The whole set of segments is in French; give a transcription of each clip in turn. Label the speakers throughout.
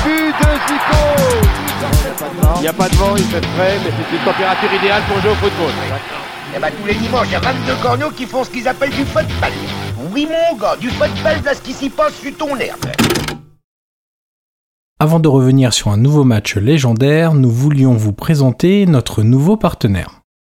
Speaker 1: but de Zico. Il n'y a pas de vent, il fait frais, mais c'est une température idéale pour jouer au football.
Speaker 2: Eh ben, tous les dimanches, il y a 22 corneaux qui font ce qu'ils appellent du football. Oui, mon gars, du football, là, ce qui s'y passe sur ton herbe.
Speaker 3: Avant de revenir sur un nouveau match légendaire, nous voulions vous présenter notre nouveau partenaire.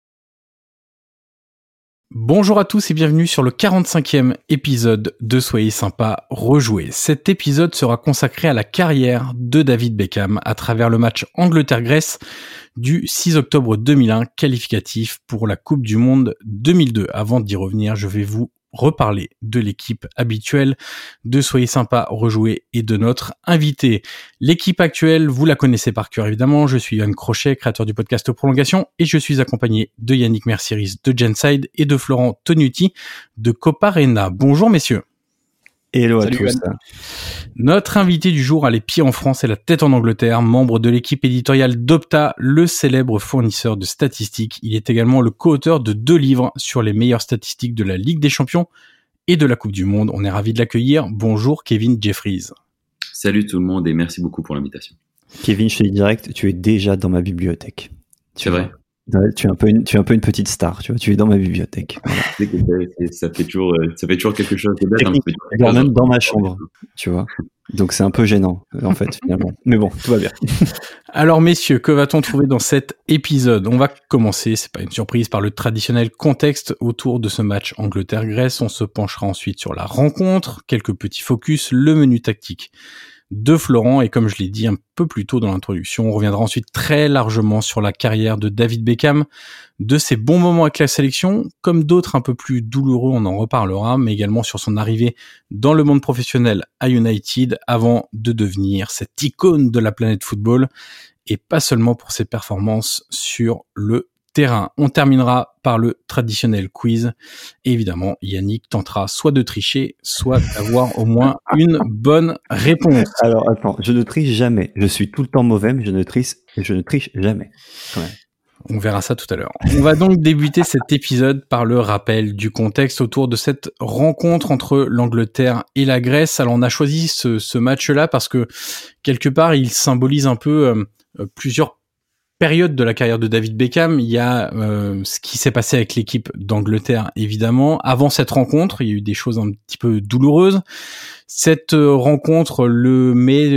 Speaker 3: Bonjour à tous et bienvenue sur le 45e épisode de Soyez sympa, rejouez. Cet épisode sera consacré à la carrière de David Beckham à travers le match Angleterre-Grèce du 6 octobre 2001, qualificatif pour la Coupe du Monde 2002. Avant d'y revenir, je vais vous reparler de l'équipe habituelle de Soyez sympa, rejouez et de notre invité. L'équipe actuelle, vous la connaissez par cœur évidemment, je suis Yann Crochet, créateur du podcast Prolongation et je suis accompagné de Yannick Mercieris de Genside et de Florent Tonuti de Coparena. Bonjour messieurs.
Speaker 4: Hello à
Speaker 3: Salut
Speaker 4: tous.
Speaker 3: Yann. Notre invité du jour a les pieds en France et la tête en Angleterre, membre de l'équipe éditoriale d'Opta, le célèbre fournisseur de statistiques. Il est également le co-auteur de 2 livres sur les meilleures statistiques de la Ligue des Champions et de la Coupe du Monde. On est ravis de l'accueillir. Bonjour Kevin Jeffries.
Speaker 5: Salut tout le monde et merci beaucoup pour l'invitation.
Speaker 4: Kevin, je te dis direct, tu es déjà dans ma bibliothèque.
Speaker 5: C'est vrai.
Speaker 4: Ouais, tu es un peu une petite star, tu vois, tu es dans ma bibliothèque. Voilà.
Speaker 5: Ça fait toujours quelque chose de bête.
Speaker 4: Genre même dans ma chambre, tu vois. Donc c'est un peu gênant, en fait, finalement. Mais bon, tout va bien.
Speaker 3: Alors messieurs, que va-t-on trouver dans cet épisode ? On va commencer, c'est pas une surprise, par le traditionnel contexte autour de ce match Angleterre-Grèce. On se penchera ensuite sur la rencontre, quelques petits focus, le menu tactique de Florent, et comme je l'ai dit un peu plus tôt dans l'introduction, on reviendra ensuite très largement sur la carrière de David Beckham, de ses bons moments avec la sélection, comme d'autres un peu plus douloureux, on en reparlera, mais également sur son arrivée dans le monde professionnel à United, avant de devenir cette icône de la planète football, et pas seulement pour ses performances sur le terrain. On terminera par le traditionnel quiz. Et évidemment, Yannick tentera soit de tricher, soit d'avoir au moins une bonne réponse.
Speaker 4: Alors, attends, je ne triche jamais. Je suis tout le temps mauvais, mais je ne triche jamais. Ouais.
Speaker 3: On verra ça tout à l'heure. On va donc débuter cet épisode par le rappel du contexte autour de cette rencontre entre l'Angleterre et la Grèce. Alors, on a choisi ce match-là parce que, quelque part, il symbolise un peu plusieurs période de la carrière de David Beckham. Il y a ce qui s'est passé avec l'équipe d'Angleterre, évidemment. Avant cette rencontre, il y a eu des choses un petit peu douloureuses. Cette rencontre le met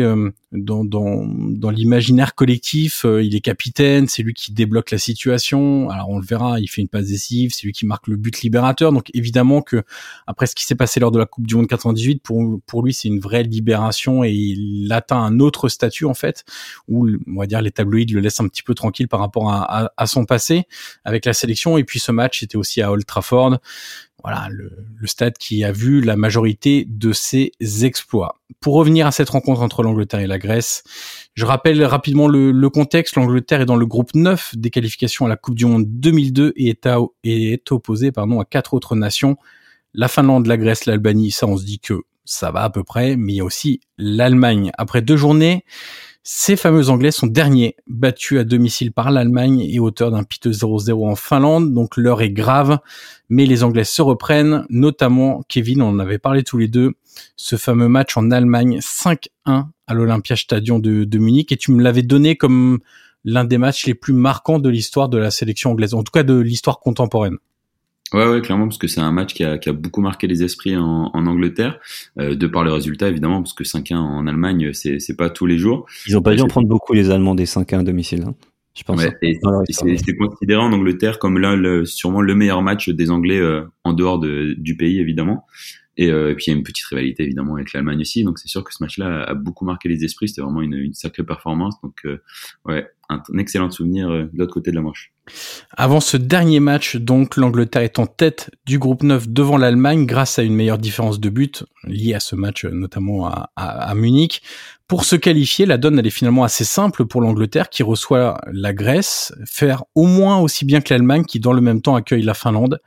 Speaker 3: dans l'imaginaire collectif. Il est capitaine, c'est lui qui débloque la situation. Alors on le verra, il fait une passe décisive, c'est lui qui marque le but libérateur. Donc évidemment que après ce qui s'est passé lors de la Coupe du Monde 98, pour lui c'est une vraie libération et il atteint un autre statut en fait, où on va dire les tabloïds le laissent un petit peu tranquille par rapport à son passé avec la sélection. Et puis ce match était aussi à Old Trafford. Voilà, le stade qui a vu la majorité de ses exploits. Pour revenir à cette rencontre entre l'Angleterre et la Grèce, je rappelle rapidement le contexte. L'Angleterre est dans le groupe 9 des qualifications à la Coupe du Monde 2002 et est opposée à 4 autres nations. La Finlande, la Grèce, l'Albanie, ça on se dit que ça va à peu près, mais il y a aussi l'Allemagne. Après 2 journées, ces fameux Anglais sont derniers, battus à domicile par l'Allemagne et auteurs d'un piteux 0-0 en Finlande. Donc l'heure est grave, mais les Anglais se reprennent, notamment Kevin, on en avait parlé tous les deux, ce fameux match en Allemagne 5-1 à l'Olympiastadion de Munich, et tu me l'avais donné comme l'un des matchs les plus marquants de l'histoire de la sélection anglaise, en tout cas de l'histoire contemporaine.
Speaker 5: Ouais, clairement, parce que c'est un match qui a beaucoup marqué les esprits en Angleterre, de par le résultat évidemment, parce que 5-1 en Allemagne, c'est pas tous les jours.
Speaker 4: Ils ont pas dû en prendre beaucoup les Allemands des 5-1 à domicile, hein, je pense.
Speaker 5: Ouais, et c'est considéré en Angleterre comme sûrement le meilleur match des Anglais en dehors du pays évidemment. Et puis il y a une petite rivalité évidemment avec l'Allemagne aussi, donc c'est sûr que ce match-là a beaucoup marqué les esprits. C'était vraiment une sacrée performance, donc ouais, un excellent souvenir de l'autre côté de la Manche.
Speaker 3: Avant ce dernier match, donc, l'Angleterre est en tête du groupe 9 devant l'Allemagne grâce à une meilleure différence de but liée à ce match, notamment à Munich. Pour se qualifier, la donne elle est finalement assez simple pour l'Angleterre qui reçoit la Grèce, faire au moins aussi bien que l'Allemagne qui dans le même temps accueille la Finlande.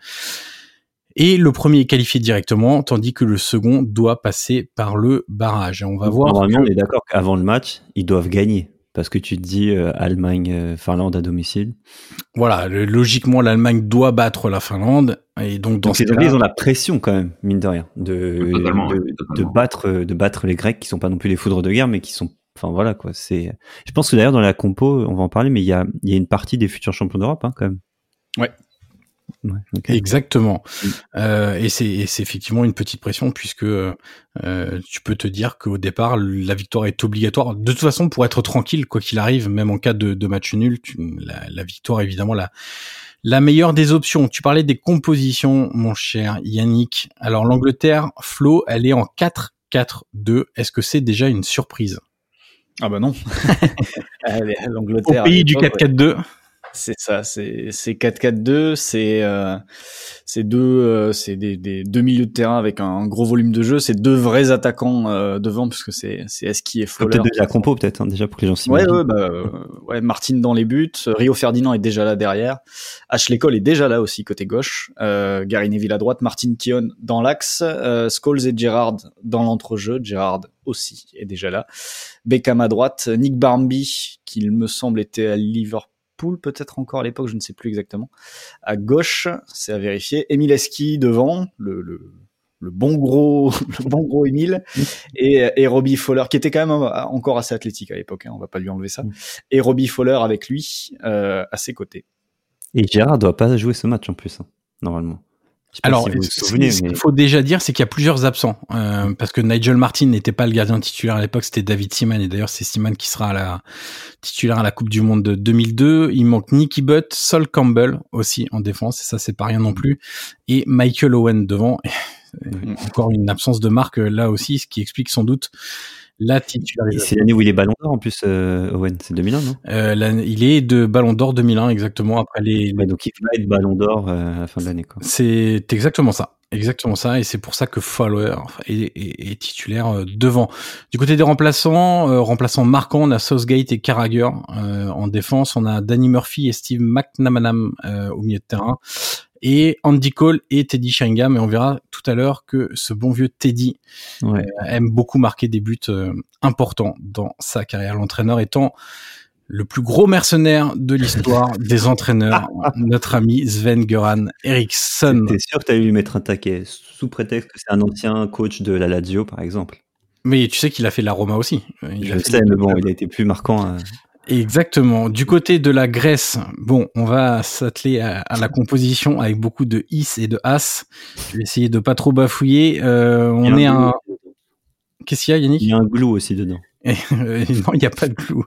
Speaker 3: Et le premier est qualifié directement, tandis que le second doit passer par le barrage. Et on va voir.
Speaker 4: Normalement, on est d'accord qu'avant le match, ils doivent gagner. Parce que tu te dis Allemagne, Finlande à domicile.
Speaker 3: Voilà, logiquement l'Allemagne doit battre la Finlande et donc dans
Speaker 4: ces Anglais ils ont la pression quand même, mine de rien, de battre les Grecs qui sont pas non plus des foudres de guerre, mais qui sont Enfin voilà quoi. Je pense que d'ailleurs dans la compo, on va en parler, mais il y a une partie des futurs champions d'Europe quand même.
Speaker 3: Ouais.
Speaker 4: Ouais, okay.
Speaker 3: Exactement. Et c'est effectivement une petite pression puisque tu peux te dire qu'au départ la victoire est obligatoire. De toute façon, pour être tranquille, quoi qu'il arrive, même en cas de match nul, la victoire est évidemment la meilleure des options. Tu parlais des compositions, mon cher Yannick. Alors l'Angleterre, Flo, elle est en 4-4-2. Est-ce que c'est déjà une surprise?
Speaker 6: Ah bah non. L'Angleterre.
Speaker 3: Au pays du 4-4-2.
Speaker 6: C'est ça, c'est 4-4-2, c'est des milieux de terrain avec un gros volume de jeu, c'est deux vrais attaquants devant parce que c'est Heskey et Fowler.
Speaker 4: Peut-être déjà la compo peut-être déjà pour que les gens s'imaginent.
Speaker 6: Ouais, Martin dans les buts, Rio Ferdinand est déjà là derrière, Ashley Cole est déjà là aussi côté gauche, Gary Neville à droite, Martin Keown dans l'axe, Scholes et Gerrard dans l'entrejeu, Gerrard aussi est déjà là, Beckham à droite, Nick Barmby qui il me semble était à Liverpool peut-être encore à l'époque, je ne sais plus exactement. À gauche, c'est à vérifier. Emile Heskey devant, le bon gros Emile, et Robbie Fowler, qui était quand même encore assez athlétique à l'époque, on va pas lui enlever ça. Et Robbie Fowler avec lui à ses côtés.
Speaker 4: Et Gerrard doit pas jouer ce match en plus, normalement.
Speaker 3: Alors, ce qu'il faut déjà dire, c'est qu'il y a plusieurs absents, parce que Nigel Martin n'était pas le gardien titulaire à l'époque, c'était David Seaman, et d'ailleurs c'est Seaman qui sera titulaire à la Coupe du Monde de 2002. Il manque Nicky Butt, Sol Campbell aussi en défense, et ça c'est pas rien non plus, et Michael Owen devant. Encore une absence de marque là aussi, ce qui explique sans doute la titularisation.
Speaker 4: C'est l'année où il est Ballon d'Or en plus, Owen, c'est 2001, non?
Speaker 3: Il est de Ballon d'Or 2001 exactement après
Speaker 4: Ouais, donc il va être Ballon d'Or à la fin de l'année, quoi.
Speaker 3: C'est exactement ça, et c'est pour ça que Fowler est titulaire devant. Du côté des remplaçants marquants, on a Southgate et Carragher. En défense, on a Danny Murphy et Steve McManaman au milieu de terrain. Et Andy Cole et Teddy Sheringham, et on verra tout à l'heure que ce bon vieux Teddy aime beaucoup marquer des buts importants dans sa carrière, l'entraîneur étant le plus gros mercenaire de l'histoire des entraîneurs, notre ami Sven-Göran Eriksson.
Speaker 4: T'es sûr que t'allais lui mettre un taquet, sous prétexte que c'est un ancien coach de la Lazio, par exemple?
Speaker 3: Mais tu sais qu'il a fait la Roma aussi.
Speaker 4: Je sais, mais bon, il a été plus marquant.
Speaker 3: Exactement. Du côté de la Grèce, bon, on va s'atteler à la composition avec beaucoup de is et de as. Je vais essayer de pas trop bafouiller. Qu'est-ce qu'il y a, Yannick?
Speaker 4: Il y a un glou aussi dedans.
Speaker 3: Non, il n'y a pas de glou.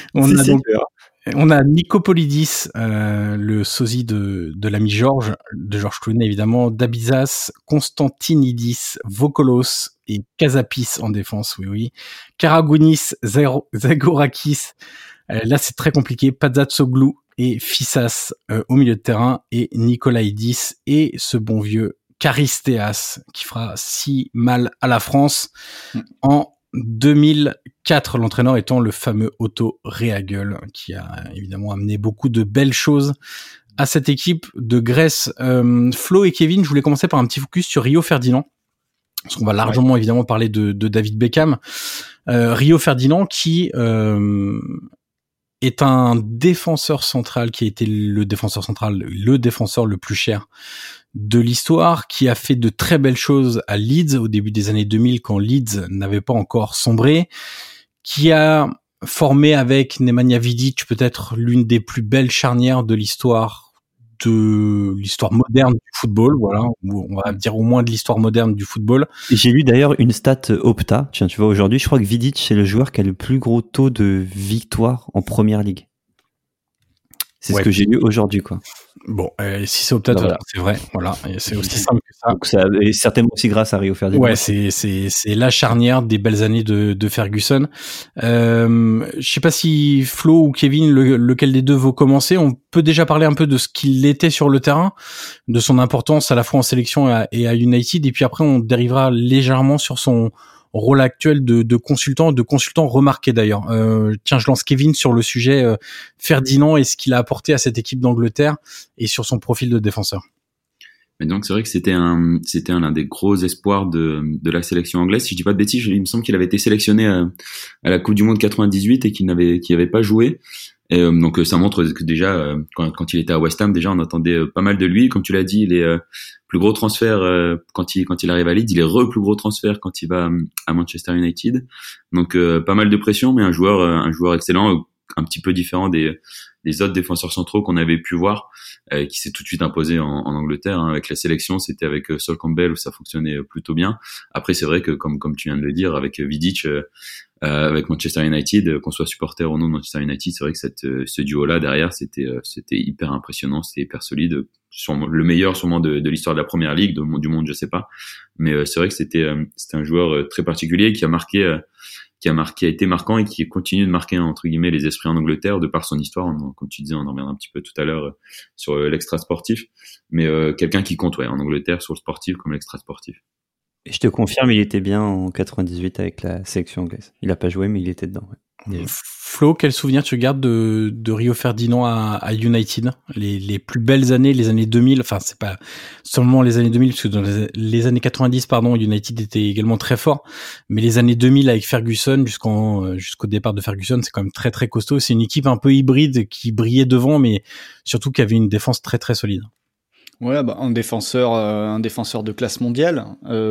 Speaker 3: On a Nicopolidis, le sosie de l'ami Georges Clooney évidemment, Dabizas, Constantinidis, Vokolos et Kazapis en défense, oui. Karagounis, Zagorakis, là c'est très compliqué, Pazatsoglu et Fissas au milieu de terrain, et Nikolaïdis et ce bon vieux Charisteas qui fera si mal à la France en 2004, l'entraîneur étant le fameux Otto Rehhagel, qui a évidemment amené beaucoup de belles choses à cette équipe de Grèce. Flo et Kevin, je voulais commencer par un petit focus sur Rio Ferdinand, parce qu'on va largement évidemment parler de David Beckham. Rio Ferdinand qui est un défenseur central, qui a été le défenseur le plus cher de l'histoire, qui a fait de très belles choses à Leeds au début des années 2000 quand Leeds n'avait pas encore sombré, qui a formé avec Nemanja Vidic peut-être l'une des plus belles charnières de l'histoire moderne du football, voilà, ou on va dire au moins de l'histoire moderne du football.
Speaker 4: Et j'ai lu d'ailleurs une stat Opta, tiens, tu vois, aujourd'hui, je crois que Vidic c'est le joueur qui a le plus gros taux de victoire en première ligue. C'est ce que j'ai lu aujourd'hui, quoi.
Speaker 3: Bon, si c'est Opta, voilà. C'est vrai, voilà, et c'est aussi simple que ça.
Speaker 4: Donc ça est certainement aussi grâce à Rio Ferdinand.
Speaker 3: Ouais, c'est la charnière des belles années de Ferguson. Je sais pas si Flo ou Kevin, lequel des deux veut commencer. On peut déjà parler un peu de ce qu'il était sur le terrain, de son importance à la fois en sélection et à United, et puis après on dérivera légèrement sur son rôle actuel de consultant remarqué d'ailleurs. Tiens, je lance Kevin sur le sujet Ferdinand et ce qu'il a apporté à cette équipe d'Angleterre et sur son profil de défenseur.
Speaker 5: Mais donc c'est vrai que c'était un des gros espoirs de la sélection anglaise. Si je dis pas de bêtises, il me semble qu'il avait été sélectionné à la Coupe du Monde 98 et qu'il avait pas joué. Et donc ça montre que déjà quand il était à West Ham, déjà on entendait pas mal de lui. Comme tu l'as dit, il est plus gros transfert quand il arrive à Leeds, il est plus gros transfert quand il va à Manchester United. Donc pas mal de pression, mais un joueur excellent, un petit peu différent des autres défenseurs centraux qu'on avait pu voir, qui s'est tout de suite imposé en Angleterre, hein. Avec la sélection, c'était avec Sol Campbell où ça fonctionnait plutôt bien. Après, c'est vrai que comme tu viens de le dire, avec Vidic, avec Manchester United, qu'on soit supporter ou non de Manchester United, c'est vrai que ce duo-là derrière, c'était hyper impressionnant, c'était hyper solide, sûrement le meilleur sûrement de l'histoire de la Première Ligue, du monde, je sais pas, mais c'est vrai que c'était un joueur très particulier qui a été marquant et qui continue de marquer entre guillemets les esprits en Angleterre de par son histoire. Comme tu disais, on en reviendra un petit peu tout à l'heure sur l'extra sportif, mais quelqu'un qui compte en Angleterre sur le sportif comme l'extra sportif.
Speaker 4: Et je te confirme, il était bien en 98 avec la sélection anglaise. Il a pas joué, mais il était dedans. Ouais.
Speaker 3: Flo, quel souvenir tu gardes de Rio Ferdinand à United? Les plus belles années, les années 2000, enfin c'est pas seulement les années 2000, parce que dans les années 90, United était également très fort, mais les années 2000 avec Ferguson jusqu'au départ de Ferguson, c'est quand même très très costaud. C'est une équipe un peu hybride qui brillait devant, mais surtout qui avait une défense très très solide.
Speaker 6: Ouais, un défenseur de classe mondiale.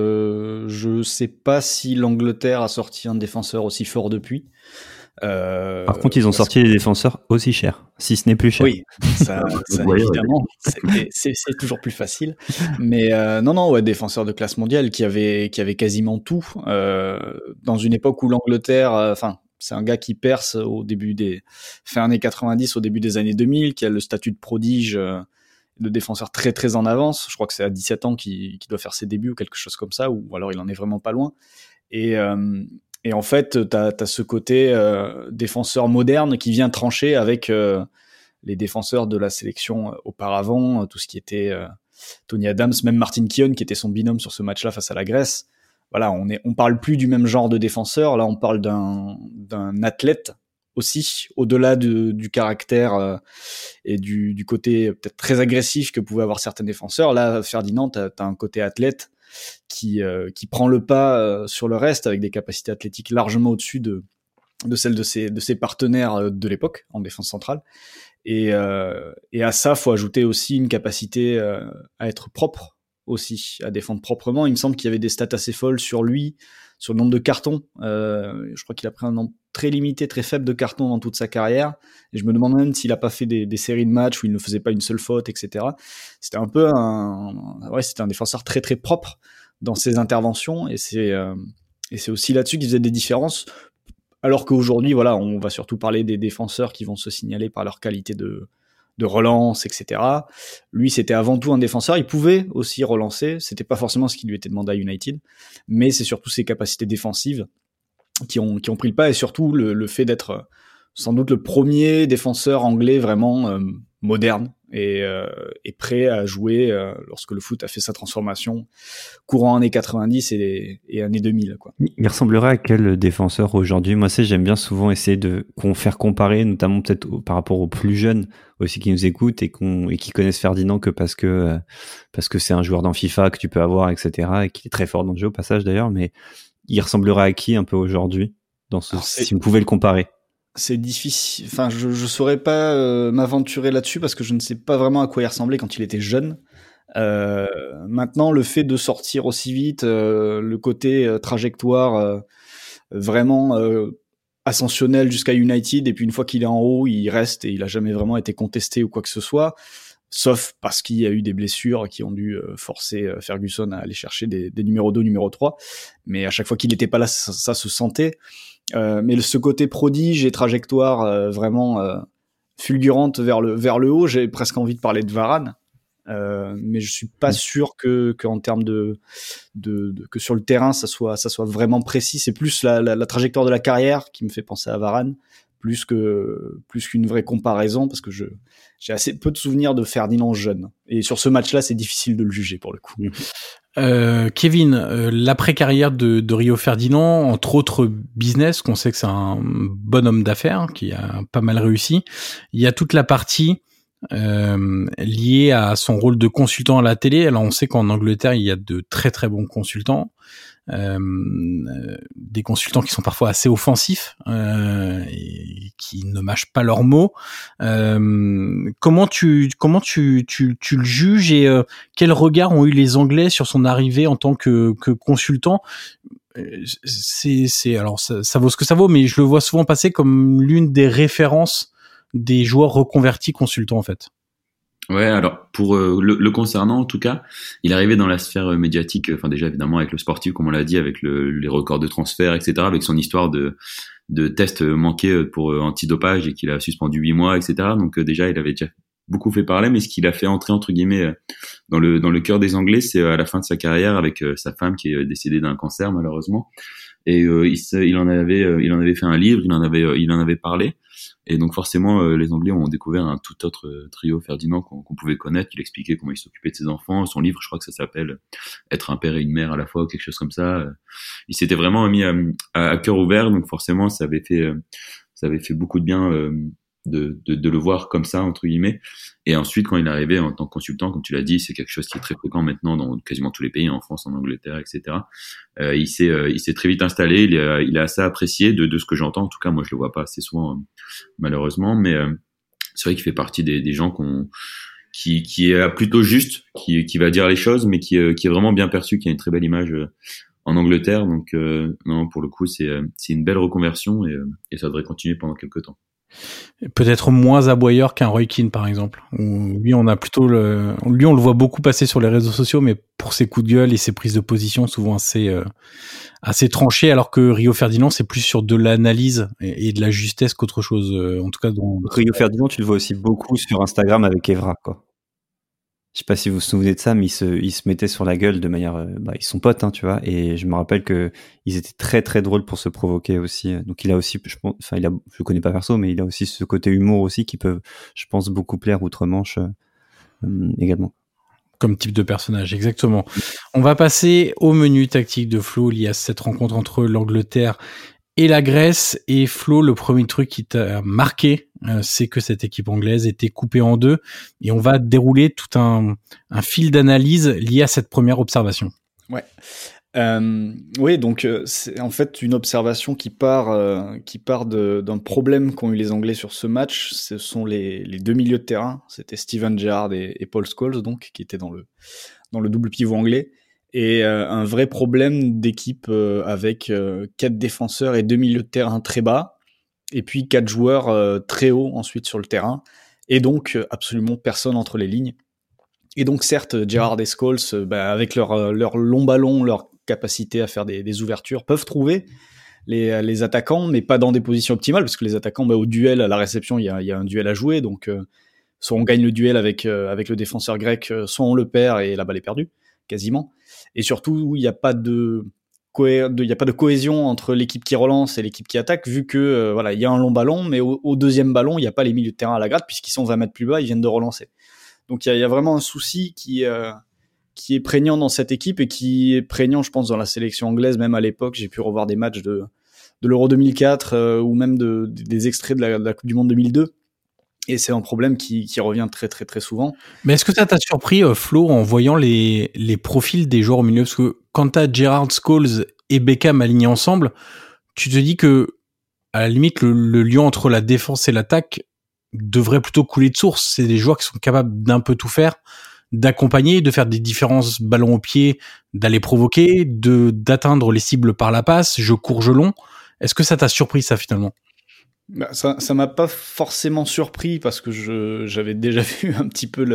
Speaker 6: Je sais pas si l'Angleterre a sorti un défenseur aussi fort depuis.
Speaker 4: Par contre, ils ont sorti des défenseurs aussi chers, si ce n'est plus cher.
Speaker 6: Oui, ça évidemment, c'est toujours plus facile. Mais défenseur de classe mondiale qui avait quasiment tout. Dans une époque où l'Angleterre, c'est un gars qui perce au début fin années 90, au début des années 2000, qui a le statut de prodige, de défenseur très très en avance. Je crois que c'est à 17 ans qu'il doit faire ses débuts ou quelque chose comme ça, ou alors il en est vraiment pas loin. Et en fait, t'as ce côté défenseur moderne qui vient trancher avec les défenseurs de la sélection auparavant, tout ce qui était Tony Adams, même Martin Keown qui était son binôme sur ce match-là face à la Grèce. Voilà, on parle plus du même genre de défenseur. Là, on parle d'un athlète aussi, au-delà du caractère et du côté peut-être très agressif que pouvaient avoir certains défenseurs. Là, Ferdinand, t'as un côté athlète qui prend le pas sur le reste avec des capacités athlétiques largement au-dessus de celles de ses partenaires de l'époque en défense centrale. Et à ça, faut ajouter aussi une capacité à être propre aussi, à défendre proprement. Il me semble qu'il y avait des stats assez folles sur lui, sur le nombre de cartons. Je crois qu'il a pris un nombre très limité, très faible de cartons dans toute sa carrière. Et je me demande même s'il a pas fait des séries de matchs où il ne faisait pas une seule faute, etc. C'était un peu c'était un défenseur très très propre dans ses interventions. Et c'est aussi là-dessus qu'il faisait des différences. Alors qu'aujourd'hui, voilà, on va surtout parler des défenseurs qui vont se signaler par leur qualité de relance, etc. Lui, c'était avant tout un défenseur. Il pouvait aussi relancer. C'était pas forcément ce qui lui était demandé à United, mais c'est surtout ses capacités défensives qui ont pris le pas, et surtout le fait d'être sans doute le premier défenseur anglais vraiment moderne et prêt à jouer lorsque le foot a fait sa transformation courant années 90 et années 2000, quoi.
Speaker 4: Il ressemblerait à quel défenseur aujourd'hui? Moi, j'aime bien souvent essayer de faire comparer, notamment peut-être par rapport aux plus jeunes aussi qui nous écoutent et qui connaissent Ferdinand que parce que c'est un joueur dans FIFA que tu peux avoir, etc., et qui est très fort dans le jeu au passage d'ailleurs. Mais il ressemblerait à qui un peu aujourd'hui si on pouvait le comparer?
Speaker 6: C'est difficile. Enfin, je saurais pas m'aventurer là-dessus parce que je ne sais pas vraiment à quoi il ressemblait quand il était jeune. Maintenant, le fait de sortir aussi vite, le côté trajectoire vraiment ascensionnel jusqu'à United, et puis une fois qu'il est en haut, il reste et il a jamais vraiment été contesté ou quoi que ce soit, sauf parce qu'il y a eu des blessures qui ont dû forcer Ferguson à aller chercher des numéros 2, numéro 3. Mais à chaque fois qu'il n'était pas là, ça se sentait. Mais ce côté prodige et trajectoire vraiment fulgurante vers le haut, j'ai presque envie de parler de Varane. Mais je suis pas sûr que en termes que sur le terrain ça soit vraiment précis. C'est plus la trajectoire de la carrière qui me fait penser à Varane, plus qu'une vraie comparaison, parce que j'ai assez peu de souvenirs de Ferdinand jeune, et sur ce match-là c'est difficile de le juger pour le coup.
Speaker 3: Kevin, l'après-carrière de Rio Ferdinand, entre autres business, qu'on sait que c'est un bon homme d'affaires qui a pas mal réussi, il y a toute la partie liée à son rôle de consultant à la télé. Alors on sait qu'en Angleterre il y a de très très bons consultants, des consultants qui sont parfois assez offensifs et qui ne mâchent pas leurs mots. Comment tu le juges et quel regard ont eu les Anglais sur son arrivée en tant que consultant? Alors ça vaut ce que ça vaut, mais je le vois souvent passer comme l'une des références des joueurs reconvertis consultants en fait.
Speaker 5: Ouais, alors pour le concernant en tout cas, il est arrivé dans la sphère médiatique, enfin déjà évidemment avec le sportif comme on l'a dit, avec les records de transfert, etc., avec son histoire de tests manqués pour antidopage et qu'il a suspendu 8 mois, etc. Donc déjà il avait déjà beaucoup fait parler, mais ce qu'il a fait entrer entre guillemets dans le cœur des Anglais, c'est à la fin de sa carrière avec sa femme qui est décédée d'un cancer malheureusement, et il en avait fait un livre, il en avait parlé. Et donc forcément, les Anglais ont découvert un tout autre trio Ferdinand qu'on pouvait connaître. Il expliquait comment il s'occupait de ses enfants. Son livre, je crois que ça s'appelle « Être un père et une mère à la fois » ou quelque chose comme ça. Il s'était vraiment mis à cœur ouvert. Donc forcément, ça avait fait beaucoup de bien de le voir comme ça, entre guillemets. Et ensuite, quand il est arrivé en tant que consultant, comme tu l'as dit, c'est quelque chose qui est très fréquent maintenant dans quasiment tous les pays, en France, en Angleterre, etc. Il s'est très vite installé. Il a assez apprécié de ce que j'entends. En tout cas, moi, je le vois pas assez souvent, malheureusement. Mais c'est vrai qu'il fait partie des gens qui est plutôt juste, qui va dire les choses, mais qui est vraiment bien perçu, qui a une très belle image en Angleterre. Donc, non, pour le coup, c'est une belle reconversion et ça devrait continuer pendant quelques temps.
Speaker 3: Peut-être moins aboyeur qu'un Roy Keane par exemple. Lui on le voit beaucoup passer sur les réseaux sociaux, mais pour ses coups de gueule et ses prises de position souvent assez tranchées, alors que Rio Ferdinand c'est plus sur de l'analyse et de la justesse qu'autre chose. En tout cas,
Speaker 4: Rio Ferdinand, tu le vois aussi beaucoup sur Instagram avec Evra, quoi. Je sais pas si vous vous souvenez de ça, mais ils se mettaient sur la gueule de manière, ils sont potes, hein, tu vois. Et je me rappelle que ils étaient très très drôles pour se provoquer aussi. Donc il a aussi, je pense, je le connais pas perso, mais il a aussi ce côté humour aussi qui peut, je pense, beaucoup plaire outre-Manche également.
Speaker 3: Comme type de personnage, exactement. On va passer au menu tactique de Flo lié à cette rencontre entre l'Angleterre et la Grèce. Et Flo, le premier truc qui t'a marqué, c'est que cette équipe anglaise était coupée en deux. Et on va dérouler tout un fil d'analyse lié à cette première observation.
Speaker 6: Ouais. Oui, donc c'est en fait une observation qui part d'un problème qu'ont eu les Anglais sur ce match. Ce sont les deux milieux de terrain. C'était Steven Gerrard et Paul Scholes, donc qui étaient dans le double pivot anglais. Et un vrai problème d'équipe avec 4 défenseurs et 2 milieux de terrain très bas, et puis 4 joueurs très hauts ensuite sur le terrain, et donc absolument personne entre les lignes. Et donc certes, Gerrard et Scholes, avec leur long ballon, leur capacité à faire des ouvertures, peuvent trouver les attaquants, mais pas dans des positions optimales, parce que les attaquants, au duel, à la réception, il y a un duel à jouer, donc soit on gagne le duel avec le défenseur grec, soit on le perd et la balle est perdue, quasiment. Et surtout, il n'y a pas de cohésion entre l'équipe qui relance et l'équipe qui attaque, vu que il y a un long ballon, mais au deuxième ballon, il n'y a pas les milieux de terrain à la gratte, puisqu'ils sont 20 mètres plus bas, ils viennent de relancer. Donc il y a vraiment un souci qui est prégnant dans cette équipe et qui est prégnant, je pense, dans la sélection anglaise. Même à l'époque, j'ai pu revoir des matchs de l'Euro 2004 ou même des extraits de la Coupe du Monde 2002. Et c'est un problème qui revient très très très souvent.
Speaker 3: Mais est-ce que ça t'a surpris, Flo, en voyant les profils des joueurs au milieu? Parce que quand t'as Gerrard, Scholes et Beckham alignés ensemble, tu te dis que, à la limite, le lien entre la défense et l'attaque devrait plutôt couler de source. C'est des joueurs qui sont capables d'un peu tout faire, d'accompagner, de faire des différences ballon au pied, d'aller provoquer, d'atteindre les cibles par la passe, jeu court, jeu long. Est-ce que ça t'a surpris, ça, finalement?
Speaker 6: Ça m'a pas forcément surpris parce que j'avais déjà vu un petit peu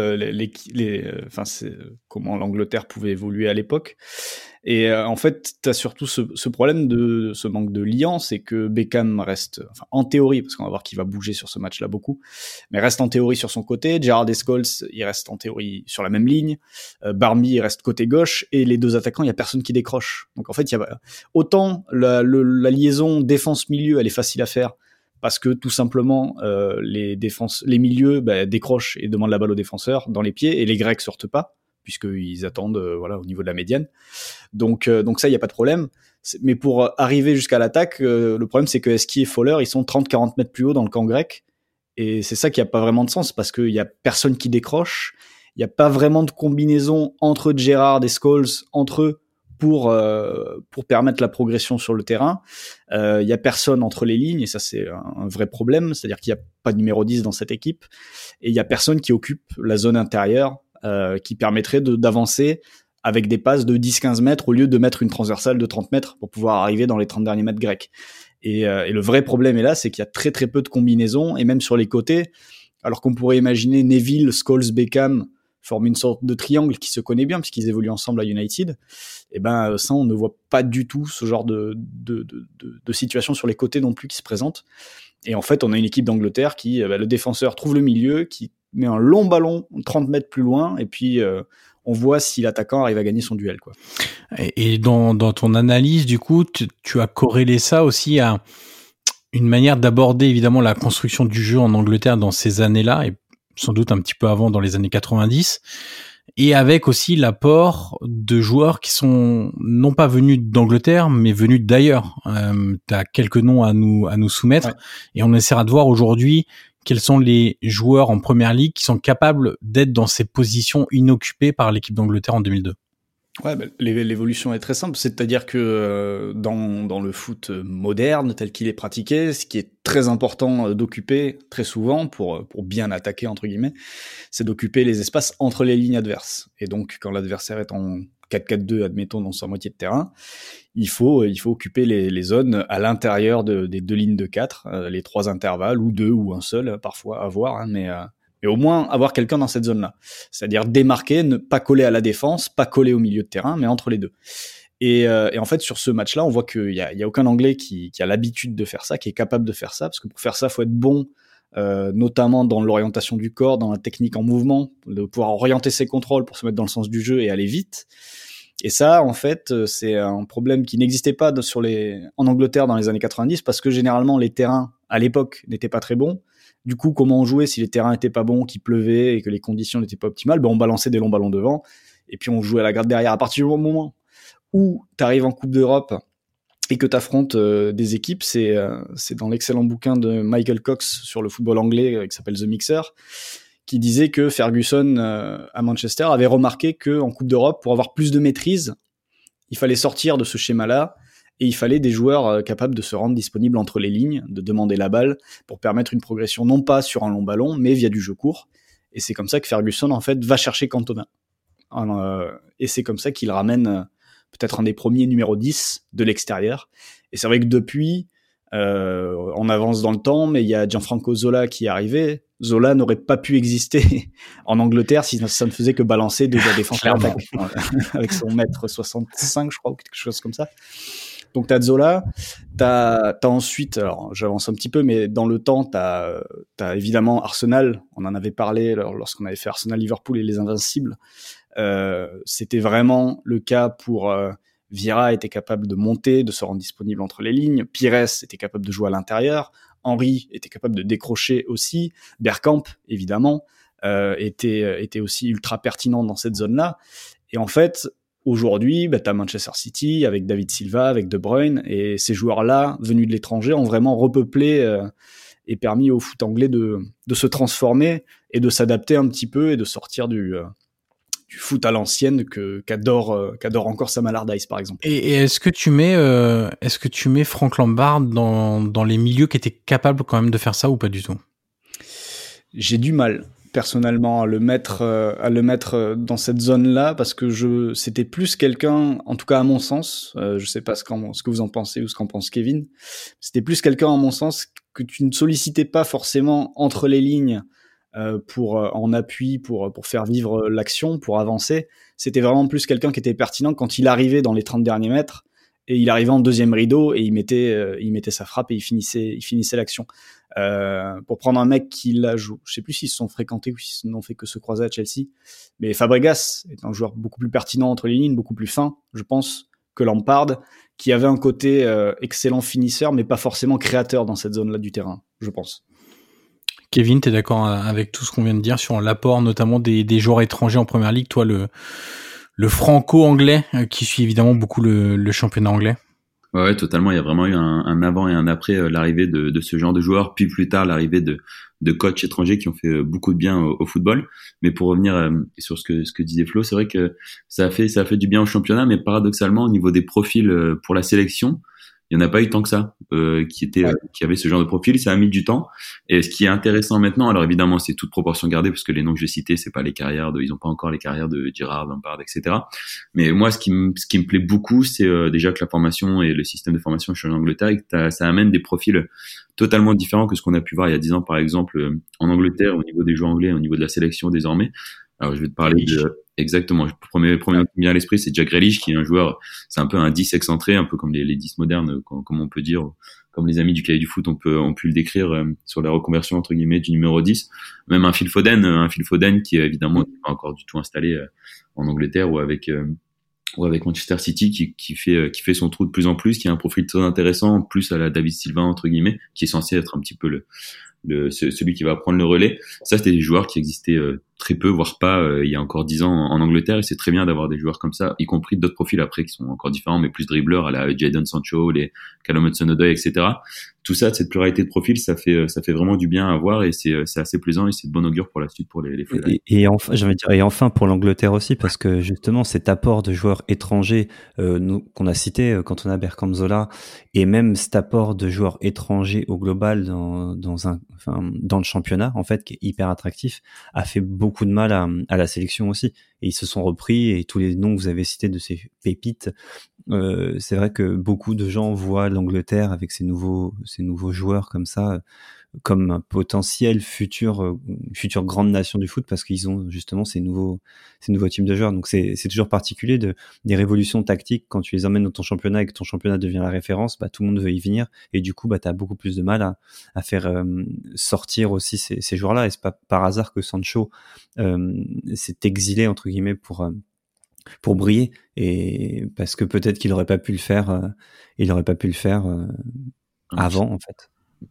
Speaker 6: comment l'Angleterre pouvait évoluer à l'époque. Et en fait, t'as surtout ce problème de ce manque de liant, c'est que Beckham reste, en théorie, parce qu'on va voir qu'il va bouger sur ce match-là beaucoup, mais reste en théorie sur son côté. Gerrard et Scholes, il reste en théorie sur la même ligne. Barmby, il reste côté gauche, et les deux attaquants, il y a personne qui décroche. Donc en fait, autant la liaison défense-milieu, elle est facile à faire, parce que tout simplement les milieux décrochent et demandent la balle aux défenseurs dans les pieds, et les Grecs sortent pas puisqu'ils attendent au niveau de la médiane. Donc ça, il n'y a pas de problème. Mais pour arriver jusqu'à l'attaque, le problème, c'est que Heskey et Fowler, ils sont 30-40 mètres plus haut dans le camp grec, et c'est ça qui n'a pas vraiment de sens, parce qu'il n'y a personne qui décroche, il n'y a pas vraiment de combinaison entre Gerrard et Scholes, entre eux, pour permettre la progression sur le terrain. Il y a personne entre les lignes et ça c'est un vrai problème, c'est-à-dire qu'il y a pas de numéro 10 dans cette équipe et il y a personne qui occupe la zone intérieure qui permettrait d'avancer avec des passes de 10-15 mètres au lieu de mettre une transversale de 30 mètres pour pouvoir arriver dans les 30 derniers mètres grecs. Et le vrai problème est là, c'est qu'il y a très très peu de combinaisons et même sur les côtés, alors qu'on pourrait imaginer Neville, Scholes, Beckham forment une sorte de triangle qui se connaît bien puisqu'ils évoluent ensemble à United. Et ben ça, on ne voit pas du tout ce genre de situation sur les côtés non plus qui se présente. Et en fait, on a une équipe d'Angleterre qui, le défenseur trouve le milieu, qui met un long ballon 30 mètres plus loin, et puis on voit si l'attaquant arrive à gagner son duel, quoi.
Speaker 3: Et dans ton analyse, du coup, tu as corrélé ça aussi à une manière d'aborder évidemment la construction du jeu en Angleterre dans ces années-là, et sans doute un petit peu avant dans les années 90, et avec aussi l'apport de joueurs qui sont non pas venus d'Angleterre, mais venus d'ailleurs. T'as quelques noms à nous soumettre, ouais. Et on essaiera de voir aujourd'hui quels sont les joueurs en première ligue qui sont capables d'être dans ces positions inoccupées par l'équipe d'Angleterre en 2002.
Speaker 6: Ouais, l'évolution est très simple, c'est-à-dire que dans le foot moderne tel qu'il est pratiqué, ce qui est très important d'occuper très souvent pour bien attaquer entre guillemets, c'est d'occuper les espaces entre les lignes adverses. Et donc quand l'adversaire est en 4-4-2 admettons dans sa moitié de terrain, il faut occuper les zones à l'intérieur des deux lignes de 4, les 3 intervalles ou 2 ou un seul parfois à voir, hein, mais au moins avoir quelqu'un dans cette zone-là. C'est-à-dire démarquer, ne pas coller à la défense, pas coller au milieu de terrain, mais entre les deux. Et en fait, sur ce match-là, on voit qu'il y a aucun Anglais qui a l'habitude de faire ça, qui est capable de faire ça, parce que pour faire ça, il faut être bon, notamment dans l'orientation du corps, dans la technique en mouvement, de pouvoir orienter ses contrôles pour se mettre dans le sens du jeu et aller vite. Et ça, en fait, c'est un problème qui n'existait pas en Angleterre dans les années 90, parce que généralement, les terrains, à l'époque, n'étaient pas très bons. Du coup, comment on jouait si les terrains étaient pas bons, qu'il pleuvait et que les conditions n'étaient pas optimales? On balançait des longs ballons devant et puis on jouait à la garde derrière. À partir du moment où t'arrives en Coupe d'Europe et que t'affrontes des équipes, c'est dans l'excellent bouquin de Michael Cox sur le football anglais qui s'appelle The Mixer, qui disait que Ferguson à Manchester avait remarqué que en Coupe d'Europe, pour avoir plus de maîtrise, il fallait sortir de ce schéma-là. Et il fallait des joueurs capables de se rendre disponibles entre les lignes, de demander la balle pour permettre une progression non pas sur un long ballon, mais via du jeu court. Et c'est comme ça que Ferguson, en fait, va chercher Cantona. Et c'est comme ça qu'il ramène peut-être un des premiers numéro 10 de l'extérieur. Et c'est vrai que depuis, on avance dans le temps, mais il y a Gianfranco Zola qui est arrivé. Zola n'aurait pas pu exister en Angleterre si ça ne faisait que balancer de la défense à l'attaque, avec son 1m65, je crois, ou quelque chose comme ça. Donc t'as Zola, t'as ensuite, alors j'avance un petit peu, mais dans le temps t'as évidemment Arsenal. On en avait parlé lorsqu'on avait fait Arsenal-Liverpool et les Invincibles. C'était vraiment le cas pour Vieira était capable de monter, de se rendre disponible entre les lignes. Pires était capable de jouer à l'intérieur. Henry était capable de décrocher aussi. Bergkamp, évidemment, était aussi ultra pertinent dans cette zone-là. Et en fait, aujourd'hui, t'as Manchester City avec David Silva, avec De Bruyne, et ces joueurs-là, venus de l'étranger, ont vraiment repeuplé et permis au foot anglais de se transformer et de s'adapter un petit peu et de sortir du foot à l'ancienne qu'adore encore Sam Allardyce, par exemple.
Speaker 3: Et est-ce que tu mets Frank Lampard dans les milieux qui étaient capables quand même de faire ça ou pas du tout?
Speaker 6: J'ai du mal personnellement à le mettre dans cette zone-là, parce que c'était plus quelqu'un, en tout cas à mon sens, je sais pas ce que vous en pensez ou ce qu'en pense Kevin, c'était plus quelqu'un à mon sens que tu ne sollicitais pas forcément entre les lignes en appui pour faire vivre l'action, pour avancer. C'était vraiment plus quelqu'un qui était pertinent quand il arrivait dans les 30 derniers mètres et il arrivait en deuxième rideau et il mettait sa frappe et il finissait l'action. Pour prendre un mec qui l'a joué, je sais plus s'ils se sont fréquentés ou s'ils n'ont fait que se croiser à Chelsea, mais Fabregas est un joueur beaucoup plus pertinent entre les lignes, beaucoup plus fin, je pense, que Lampard, qui avait un côté excellent finisseur, mais pas forcément créateur dans cette zone-là du terrain, je pense.
Speaker 3: Kevin, t'es d'accord avec tout ce qu'on vient de dire sur l'apport notamment des joueurs étrangers en première ligue, toi le franco-anglais qui suit évidemment beaucoup le championnat anglais?
Speaker 5: Ouais, totalement. Il y a vraiment eu un avant et un après l'arrivée de ce genre de joueurs, puis plus tard l'arrivée de coachs étrangers qui ont fait beaucoup de bien au football. Mais pour revenir sur ce que disait Flo, c'est vrai que ça a fait du bien au championnat, mais paradoxalement au niveau des profils pour la sélection, il y en a pas eu tant que ça qui avait ce genre de profil. Ça a mis du temps. Et ce qui est intéressant maintenant, alors évidemment c'est toute proportion gardée parce que les noms que j'ai cités, c'est pas les carrières ils ont pas encore les carrières de Gerrard, Lampard, etc. Mais moi ce qui me plaît beaucoup, c'est déjà que la formation et le système de formation change en Angleterre et que ça amène des profils totalement différents que ce qu'on a pu voir il y a 10 ans par exemple en Angleterre au niveau des joueurs anglais, au niveau de la sélection désormais. Alors je vais te parler exactement. Le premier qui me vient à l'esprit, c'est Jack Grealish, qui est un joueur, c'est un peu un 10 excentré, un peu comme les 10 modernes, comme on peut dire, comme les amis du cahier du foot, ont pu le décrire sur la reconversion entre guillemets du numéro 10. Même un Phil Foden qui est évidemment pas encore du tout installé en Angleterre ou avec Manchester City qui fait son trou de plus en plus, qui a un profil très intéressant, plus à la David Silva entre guillemets, qui est censé être un petit peu celui qui va prendre le relais. Ça, c'était des joueurs qui existaient très peu, voire pas il y a encore 10 ans en Angleterre, et c'est très bien d'avoir des joueurs comme ça, y compris d'autres profils après qui sont encore différents, mais plus dribbleurs à la Jadon Sancho, les Callum Hudson-Odoi, etc. Tout ça, cette pluralité de profils, ça fait vraiment du bien à voir, et c'est assez plaisant, et c'est de bon augure pour la suite pour les football.
Speaker 4: Et enfin pour l'Angleterre aussi, parce que justement cet apport de joueurs étrangers qu'on a cité quand on a Bergkamp, Zola, et même cet apport de joueurs étrangers au global dans le championnat, en fait, qui est hyper attractif, a fait beaucoup de mal à la sélection aussi. Et ils se sont repris, et tous les noms que vous avez cités de ces pépites, c'est vrai que beaucoup de gens voient l'Angleterre avec ces nouveaux joueurs comme ça, comme un potentiel future grande nation du foot, parce qu'ils ont justement ces nouveaux types de joueurs. Donc c'est toujours particulier des révolutions tactiques quand tu les emmènes dans ton championnat et que ton championnat devient la référence, tout le monde veut y venir, et du coup t'as beaucoup plus de mal à faire sortir aussi ces joueurs-là. Et c'est pas par hasard que Sancho s'est exilé entre guillemets pour briller, et parce que peut-être qu'il aurait pas pu le faire avant en fait.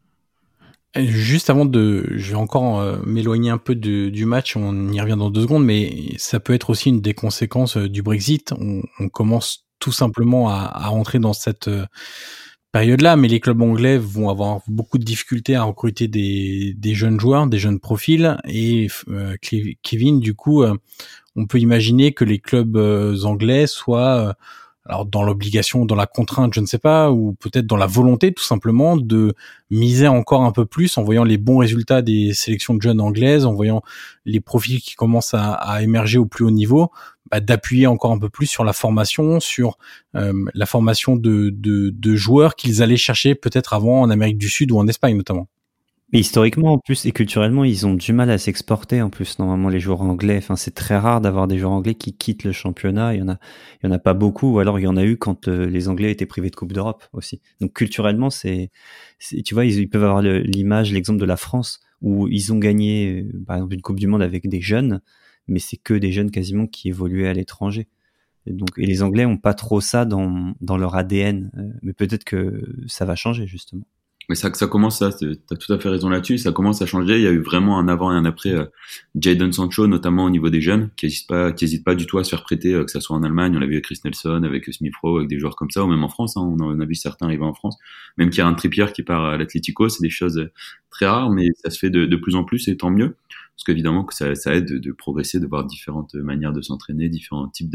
Speaker 3: Juste avant je vais encore m'éloigner un peu du match, on y revient dans 2 secondes, mais ça peut être aussi une des conséquences du Brexit. On commence tout simplement à rentrer dans cette période-là, mais les clubs anglais vont avoir beaucoup de difficultés à recruter des jeunes joueurs, des jeunes profils, et Kevin, du coup, on peut imaginer que les clubs anglais soient alors dans l'obligation, dans la contrainte, je ne sais pas, ou peut-être dans la volonté tout simplement de miser encore un peu plus en voyant les bons résultats des sélections de jeunes anglaises, en voyant les profils qui commencent à émerger au plus haut niveau, d'appuyer encore un peu plus sur la formation, sur la formation de joueurs qu'ils allaient chercher peut-être avant en Amérique du Sud ou en Espagne notamment.
Speaker 4: Mais historiquement en plus et culturellement, ils ont du mal à s'exporter en plus. Normalement, les joueurs anglais, c'est très rare d'avoir des joueurs anglais qui quittent le championnat. Il y en a pas beaucoup, ou alors il y en a eu quand les Anglais étaient privés de Coupe d'Europe aussi. Donc culturellement, c'est tu vois, ils peuvent avoir l'exemple de la France où ils ont gagné par exemple une Coupe du Monde avec des jeunes, mais c'est que des jeunes quasiment qui évoluaient à l'étranger. Et les Anglais ont pas trop ça dans leur ADN, mais peut-être que ça va changer justement.
Speaker 5: Mais ça commence, t'as tout à fait raison là-dessus, ça commence à changer. Il y a eu vraiment un avant et un après Jadon Sancho, notamment au niveau des jeunes, qui hésitent pas du tout à se faire prêter, que ça soit en Allemagne, on l'a vu avec Chris Nelson, avec Smith Rowe, avec des joueurs comme ça, ou même en France, on a vu certains arriver en France. Même Kieran Trippier qui part à l'Atlético, c'est des choses très rares, mais ça se fait de plus en plus, et tant mieux. Parce qu'évidemment que ça aide de progresser, de voir différentes manières de s'entraîner, différents types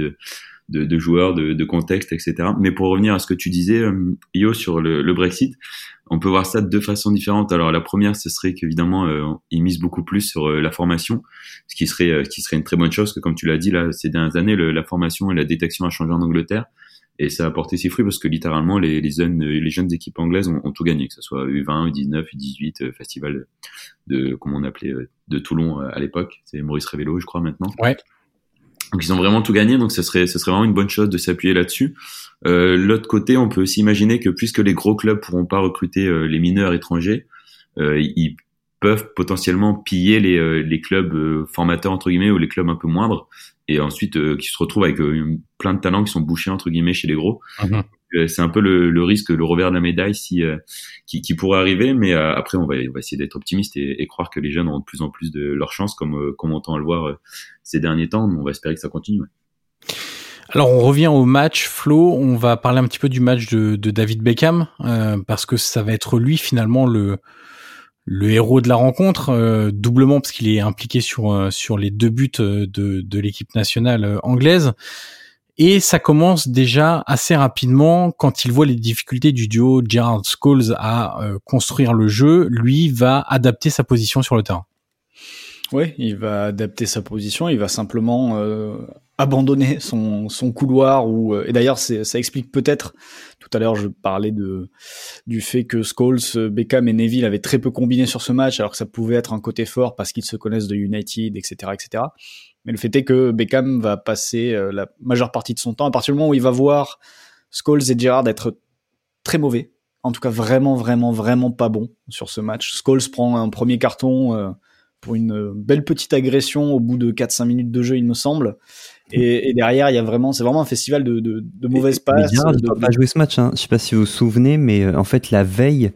Speaker 5: de joueurs, de contextes, etc. Mais pour revenir à ce que tu disais, Io, sur le Brexit, on peut voir ça de 2 façons différentes. Alors la première, ce serait qu'évidemment, ils misent beaucoup plus sur la formation, ce qui serait une très bonne chose, que comme tu l'as dit là, ces dernières années, la formation et la détection a changé en Angleterre, et ça a porté ses fruits parce que littéralement les jeunes équipes anglaises ont tout gagné, que ce soit U20, U19, U18, festival comment on appelait, de Toulon à l'époque, c'est Maurice Révélo, je crois maintenant.
Speaker 3: Ouais.
Speaker 5: Donc ils ont vraiment tout gagné, donc ce serait vraiment une bonne chose de s'appuyer là-dessus. L'autre côté, on peut aussi imaginer que puisque les gros clubs pourront pas recruter les mineurs étrangers, ils peuvent potentiellement piller les clubs formateurs entre guillemets, ou les clubs un peu moindres, et ensuite qui se retrouvent avec plein de talents qui sont bouchés entre guillemets chez les gros. Mm-hmm. C'est un peu le risque, le revers de la médaille qui pourrait arriver, mais après on va essayer d'être optimiste et croire que les jeunes auront de plus en plus de leur chance, comme on tend à le voir ces derniers temps. On va espérer que ça continue. Ouais.
Speaker 3: Alors on revient au match, Flo, on va parler un petit peu du match de David Beckham, parce que ça va être lui finalement le héros de la rencontre, doublement parce qu'il est impliqué sur les 2 buts de l'équipe nationale anglaise. Et ça commence déjà assez rapidement quand il voit les difficultés du duo Gerrard Scholes à construire le jeu. Lui va adapter sa position sur le terrain.
Speaker 6: Oui, il va adapter sa position, il va simplement abandonner son couloir. Et d'ailleurs, ça explique peut-être, tout à l'heure je parlais du fait que Scholes, Beckham et Neville avaient très peu combiné sur ce match, alors que ça pouvait être un côté fort parce qu'ils se connaissent de United, etc., etc. Mais le fait est que Beckham va passer la majeure partie de son temps, à partir du moment où il va voir Scholes et Gerrard être très mauvais, en tout cas vraiment, vraiment, vraiment pas bon sur ce match. Scholes prend un premier carton pour une belle petite agression au bout de 4-5 minutes de jeu, il me semble. Et derrière, c'est vraiment un festival de mauvaises passes.
Speaker 4: Gerrard, il ne doit pas jouer ce match, hein. Je sais pas si vous vous souvenez, mais en fait, la veille,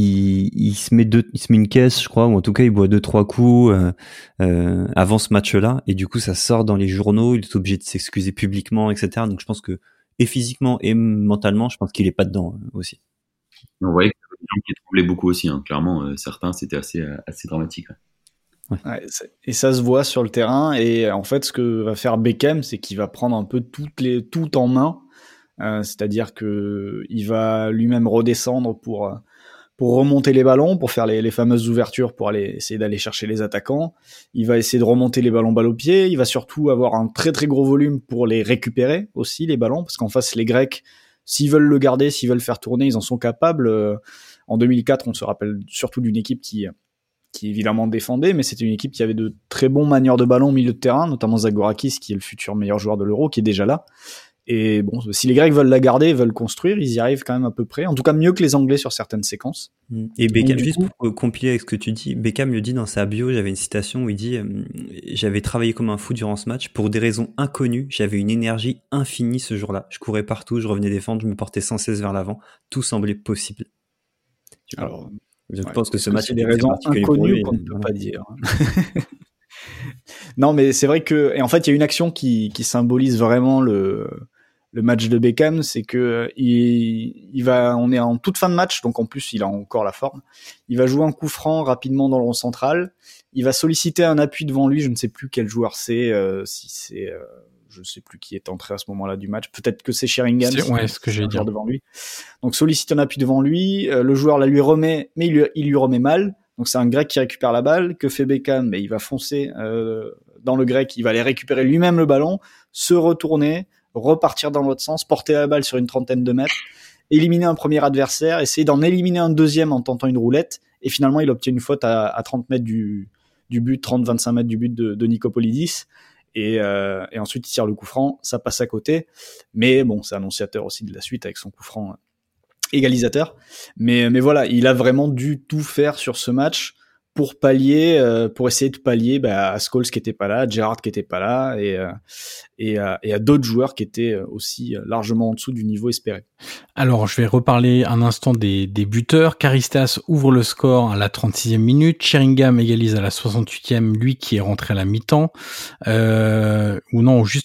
Speaker 4: il se met une caisse, je crois, ou en tout cas, il boit 2-3 coups avant ce match-là. Et du coup, ça sort dans les journaux, il est obligé de s'excuser publiquement, etc. Donc, je pense que, et physiquement et mentalement, je pense qu'il est pas dedans aussi.
Speaker 5: On voyait qu'il y avait des gens qui troublaient beaucoup aussi, hein. Clairement, certains, c'était assez dramatique. Ouais.
Speaker 6: Ouais, et ça se voit sur le terrain. Et en fait, ce que va faire Beckham, c'est qu'il va prendre un peu tout en main. C'est-à-dire que il va lui-même redescendre pour remonter les ballons, pour faire les fameuses ouvertures, pour essayer d'aller chercher les attaquants. Il va essayer de remonter les ballons balle au pied. Il va surtout avoir un très très gros volume pour les récupérer aussi, les ballons, parce qu'en face, les Grecs, s'ils veulent le garder, s'ils veulent faire tourner, ils en sont capables. En 2004, on se rappelle surtout d'une équipe qui évidemment défendait, mais c'était une équipe qui avait de très bons manieurs de ballon au milieu de terrain, notamment Zagorakis, qui est le futur meilleur joueur de l'Euro, qui est déjà là. Et bon, si les Grecs veulent la garder, veulent construire, ils y arrivent quand même à peu près. En tout cas, mieux que les Anglais sur certaines séquences.
Speaker 4: Et Beckham, juste pour compiler avec ce que tu dis, Beckham le dit dans sa bio, j'avais une citation où il dit « J'avais travaillé comme un fou durant ce match. Pour des raisons inconnues, j'avais une énergie infinie ce jour-là. Je courais partout, je revenais défendre, je me portais sans cesse vers l'avant. Tout semblait possible. »
Speaker 6: Alors,
Speaker 4: je pense que ce match
Speaker 6: c'est des raisons inconnues qu'on ne peut pas dire. Non, mais c'est vrai que, et en fait, il y a une action qui symbolise vraiment le match de Beckham, c'est que on est en toute fin de match, donc en plus il a encore la forme. Il va jouer un coup franc rapidement dans le rond central. Il va solliciter un appui devant lui. Je ne sais plus quel joueur c'est, je ne sais plus qui est entré à ce moment-là du match. Peut-être que c'est Sheringham.
Speaker 3: Ouais, ce que j'ai dit
Speaker 6: devant lui. Donc sollicite un appui devant lui. Le joueur la lui remet, mais il lui remet mal. Donc c'est un Grec qui récupère la balle. Que fait Beckham? Mais il va foncer dans le Grec. Il va aller récupérer lui-même le ballon, se retourner, repartir dans l'autre sens, porter la balle sur une trentaine de mètres, éliminer un premier adversaire, essayer d'en éliminer un deuxième en tentant une roulette. Et finalement, il obtient une faute à 30 mètres du but, 30-25 mètres du but de Nicopolidis. Et ensuite, il tire le coup franc, ça passe à côté. Mais bon, c'est annonciateur aussi de la suite avec son coup franc égalisateur. Mais voilà, il a vraiment dû tout faire sur ce match pour essayer de pallier à Scholes qui était pas là, à Gerrard qui était pas là, et à d'autres joueurs qui étaient aussi largement en dessous du niveau espéré.
Speaker 3: Alors, je vais reparler un instant des buteurs. Karistas ouvre le score à la 36e minute. Sheringham égalise à la 68e, lui qui est rentré à la mi-temps. Ou non, juste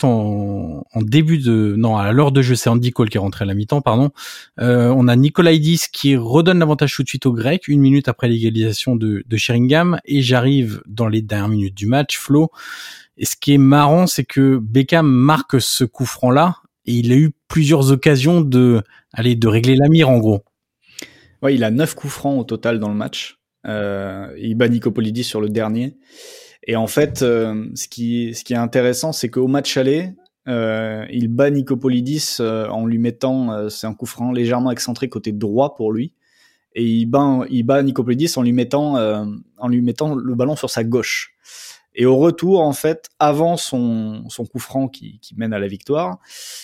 Speaker 3: à l'heure de jeu, c'est Andy Cole qui est rentré à la mi-temps, pardon. On a Nikolaïdis qui redonne l'avantage tout de suite aux Grecs, 1 minute après l'égalisation de Sheringham. Et j'arrive dans les dernières minutes du match, Flo. Et ce qui est marrant, c'est que Beckham marque ce coup franc-là, et il a eu plusieurs occasions de régler la mire, en gros.
Speaker 6: Ouais, il a 9 coups francs au total dans le match. Il bat Nicopolidis sur le dernier. Et en fait, ce qui est intéressant, c'est qu'au match aller, il bat Nicopolidis en lui mettant, c'est un coup franc légèrement excentré côté droit pour lui. Et il bat Nicopolidis en lui mettant le ballon sur sa gauche. Et au retour, en fait, avant son coup franc qui mène à la victoire,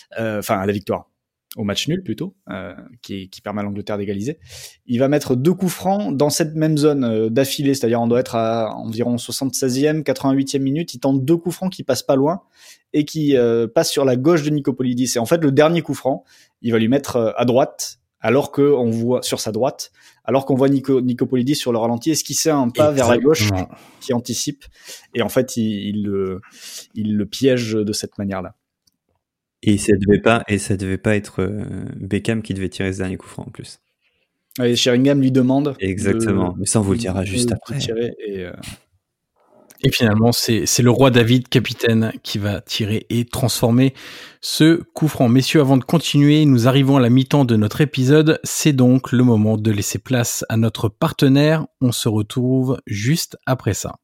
Speaker 6: au match nul plutôt, qui permet à l'Angleterre d'égaliser, il va mettre 2 coups francs dans cette même zone d'affilée, c'est-à-dire on doit être à environ 76e, 88e minute, il tente 2 coups francs qui passent pas loin et qui passent sur la gauche de Nicopolidis. Et en fait, le dernier coup franc, il va lui mettre à droite, alors qu'on voit sur sa droite, alors qu'on voit Nicopolidis sur le ralenti esquisser un pas vers la gauche qui anticipe, et en fait il le piège de cette manière-là.
Speaker 4: Et ça devait pas être Beckham qui devait tirer ce dernier coup franc en plus.
Speaker 6: Et Sheringham lui demande.
Speaker 4: Exactement. Mais ça, on vous le dira juste après.
Speaker 6: Tirer
Speaker 3: et finalement, c'est le roi David, capitaine, qui va tirer et transformer ce coup franc. Messieurs, avant de continuer, nous arrivons à la mi-temps de notre épisode. C'est donc le moment de laisser place à notre partenaire. On se retrouve juste après ça.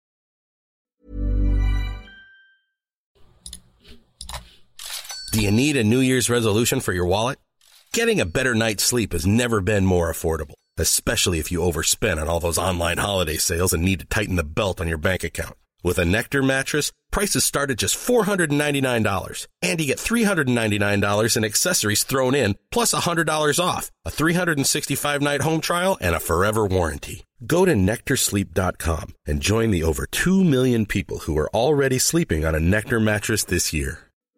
Speaker 7: Do you need a New Year's resolution for your wallet? Getting a better night's sleep has never been more affordable, especially if you overspend on all those online holiday sales and need to tighten the belt on your bank account. With a Nectar mattress, prices start at just $499, and you get $399 in accessories thrown in, plus $100 off, a 365-night home trial, and a forever warranty. Go to NectarSleep.com and join the over 2 million people who are already sleeping on a Nectar mattress this year.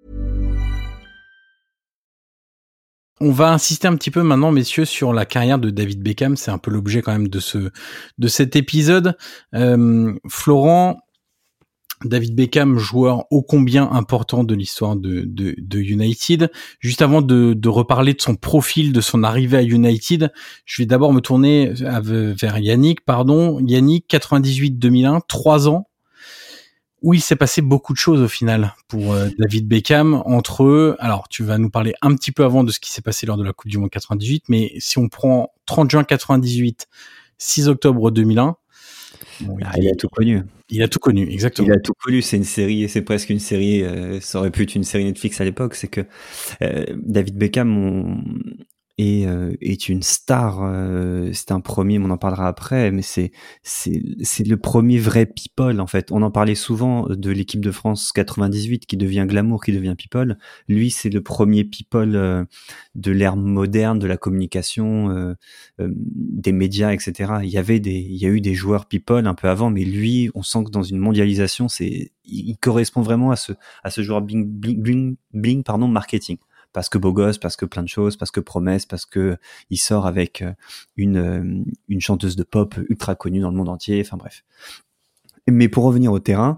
Speaker 3: On va insister un petit peu maintenant, messieurs, sur la carrière de David Beckham. C'est un peu l'objet quand même de cet épisode. Florent, David Beckham, joueur ô combien important de l'histoire de United. Juste avant de reparler de son profil, de son arrivée à United, je vais d'abord me tourner vers Yannick. Yannick, 98-2001, 3 ans. Où il s'est passé beaucoup de choses au final pour David Beckham alors tu vas nous parler un petit peu avant de ce qui s'est passé lors de la Coupe du Monde 98, mais si on prend 30 juin 98, 6 octobre 2001,
Speaker 4: il a tout connu.
Speaker 3: Il a tout connu, exactement.
Speaker 4: Il a tout connu, c'est une série, c'est presque une série, ça aurait pu être une série Netflix à l'époque, c'est que David Beckham est une star, c'est un premier, mais on en parlera après, mais c'est le premier vrai people en fait. On en parlait souvent de l'équipe de France 98 qui devient glamour, qui devient people. Lui, c'est le premier people de l'ère moderne, de la communication, des médias, etc. Il y a eu des joueurs people un peu avant, mais lui, on sent que dans une mondialisation, il correspond vraiment à ce joueur bling marketing. Parce que beau gosse, parce que plein de choses, parce que promesse, parce que il sort avec une chanteuse de pop ultra connue dans le monde entier, enfin bref. Mais pour revenir au terrain,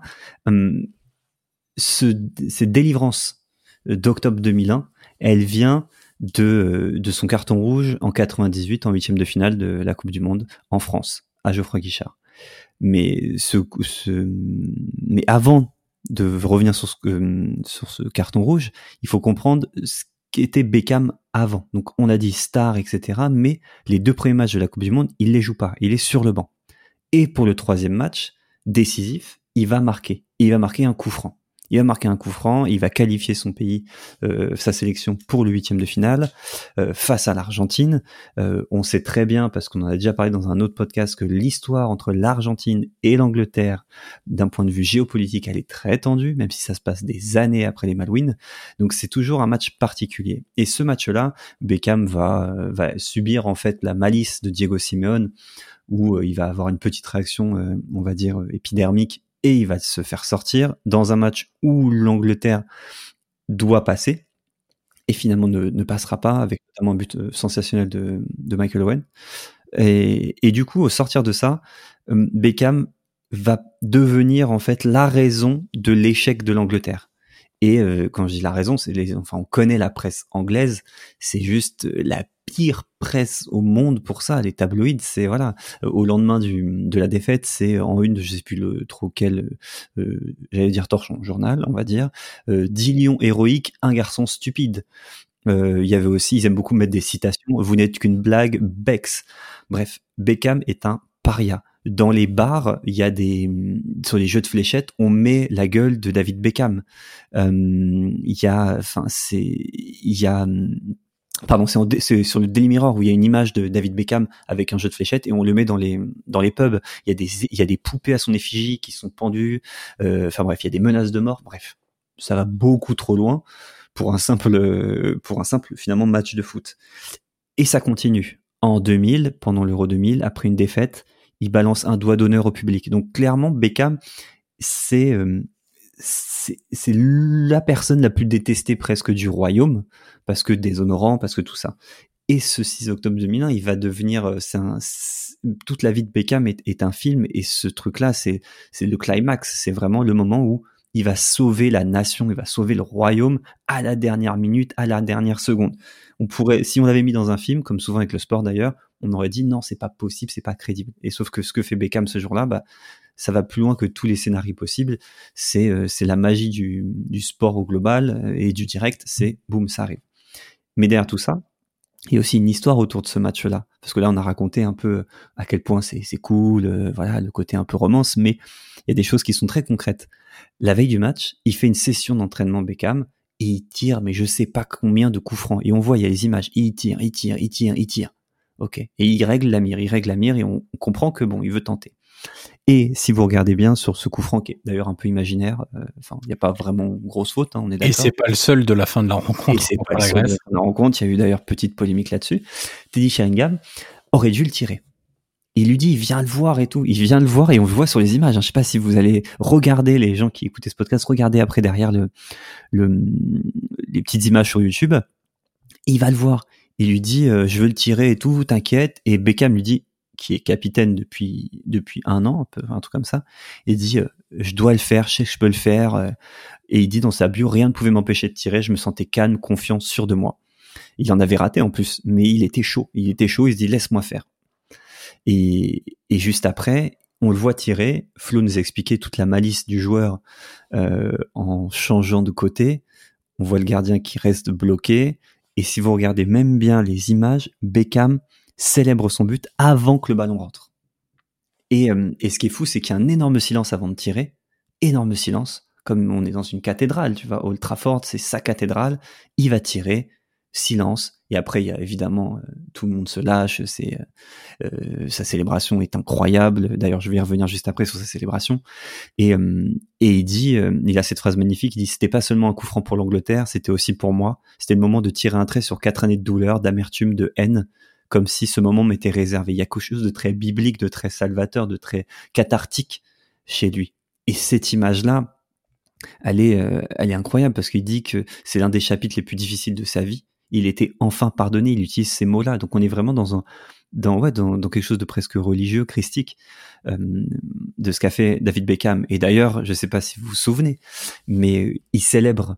Speaker 4: cette délivrance d'octobre 2001, elle vient de son carton rouge en 98 en 8e de finale de la Coupe du Monde en France, à Geoffroy Guichard. Mais mais avant de revenir sur ce carton rouge, il faut comprendre ce qu'était Beckham avant. Donc on a dit star, etc. Mais les 2 premiers matchs de la Coupe du Monde, il les joue pas. Il est sur le banc. Et pour le 3e match, décisif, il va marquer. Il va marquer un coup franc. Il va qualifier son pays, sa sélection pour le 8e de finale face à l'Argentine. On sait très bien, parce qu'on en a déjà parlé dans un autre podcast, que l'histoire entre l'Argentine et l'Angleterre, d'un point de vue géopolitique, elle est très tendue, même si ça se passe des années après les Malouines. Donc c'est toujours un match particulier. Et ce match-là, Beckham va subir en fait la malice de Diego Simeone, où il va avoir une petite réaction, on va dire, épidermique, et il va se faire sortir dans un match où l'Angleterre doit passer et finalement ne passera pas, avec notamment un but sensationnel de Michael Owen. Et du coup, au sortir de ça, Beckham va devenir en fait la raison de l'échec de l'Angleterre. Et quand je dis la raison, on connaît la presse anglaise, c'est juste la pire presse au monde pour ça. Les tabloïds, c'est voilà. Au lendemain de la défaite, c'est en une de je sais plus trop quel, j'allais dire torchon journal, on va dire, 10 lions héroïques, un garçon stupide. Il y avait aussi, ils aiment beaucoup mettre des citations. Vous n'êtes qu'une blague, Bex. Bref, Beckham est un paria. Dans les bars, il y a sur les jeux de fléchettes, on met la gueule de David Beckham. C'est sur le Daily Mirror où il y a une image de David Beckham avec un jeu de fléchettes et on le met dans les pubs. Il y a des poupées à son effigie qui sont pendues. Enfin bref, il y a des menaces de mort. Bref, ça va beaucoup trop loin pour un simple finalement match de foot. Et ça continue. En 2000, pendant l'Euro 2000, après une défaite, il balance un doigt d'honneur au public. Donc clairement, Beckham, c'est la personne la plus détestée presque du royaume, parce que déshonorant, parce que tout ça. Et ce 6 octobre 2001, il va devenir, toute la vie de Beckham est un film, et ce truc-là, c'est le climax, c'est vraiment le moment où il va sauver la nation, il va sauver le royaume à la dernière minute, à la dernière seconde. On pourrait, si on l'avait mis dans un film, comme souvent avec le sport d'ailleurs, on aurait dit non, c'est pas possible, c'est pas crédible. Et sauf que ce que fait Beckham ce jour-là, ça va plus loin que tous les scénarios possibles. C'est la magie du sport au global et du direct. C'est boum, ça arrive. Mais derrière tout ça, il y a aussi une histoire autour de ce match-là, parce que là on a raconté un peu à quel point c'est cool, voilà, le côté un peu romance, mais il y a des choses qui sont très concrètes. La veille du match, il fait une session d'entraînement Beckham et il tire, mais je sais pas combien de coups francs. Et on voit, il y a les images, il tire. Ok. Et il règle la mire et on comprend que bon, il veut tenter. Et si vous regardez bien sur ce coup franc, qui est d'ailleurs un peu imaginaire, il n'y a pas vraiment grosse faute, hein, on est d'accord.
Speaker 3: Et c'est pas le seul de la fin de la rencontre.
Speaker 4: Et c'est pas le seul de la fin de la rencontre. Il y a eu d'ailleurs petite polémique là-dessus. Teddy Sheringham aurait dû le tirer. Il lui dit, il vient le voir et tout. Il vient le voir et on le voit sur les images. Je sais pas si vous allez regarder, les gens qui écoutaient ce podcast, regardez après derrière les petites images sur YouTube. Il va le voir. Il lui dit, je veux le tirer et tout, t'inquiète. Et Beckham lui dit, qui est capitaine depuis 1 an, un truc comme ça, il dit je dois le faire, je sais que je peux le faire, et il dit dans sa bio, rien ne pouvait m'empêcher de tirer, je me sentais calme, confiant, sûr de moi. Il en avait raté en plus, mais il était chaud, il se dit laisse-moi faire. Et juste après, on le voit tirer. Flo nous a expliqué toute la malice du joueur en changeant de côté. On voit le gardien qui reste bloqué, et si vous regardez même bien les images, Beckham célèbre son but avant que le ballon rentre. Et ce qui est fou, c'est qu'il y a un énorme silence avant de tirer. Énorme silence. Comme on est dans une cathédrale, tu vois. Old Trafford, c'est sa cathédrale. Il va tirer. Silence. Et après, il y a évidemment, tout le monde se lâche. Sa célébration est incroyable. D'ailleurs, je vais y revenir juste après sur sa célébration. Et il dit, il a cette phrase magnifique. Il dit, c'était pas seulement un coup franc pour l'Angleterre, c'était aussi pour moi. C'était le moment de tirer un trait sur 4 années de douleur, d'amertume, de haine. Comme si ce moment m'était réservé. Il y a quelque chose de très biblique, de très salvateur, de très cathartique chez lui. Et cette image-là, elle est incroyable parce qu'il dit que c'est l'un des chapitres les plus difficiles de sa vie. Il était enfin pardonné. Il utilise ces mots-là. Donc on est vraiment dans quelque chose de presque religieux, christique, de ce qu'a fait David Beckham. Et d'ailleurs, je ne sais pas si vous vous souvenez, mais il célèbre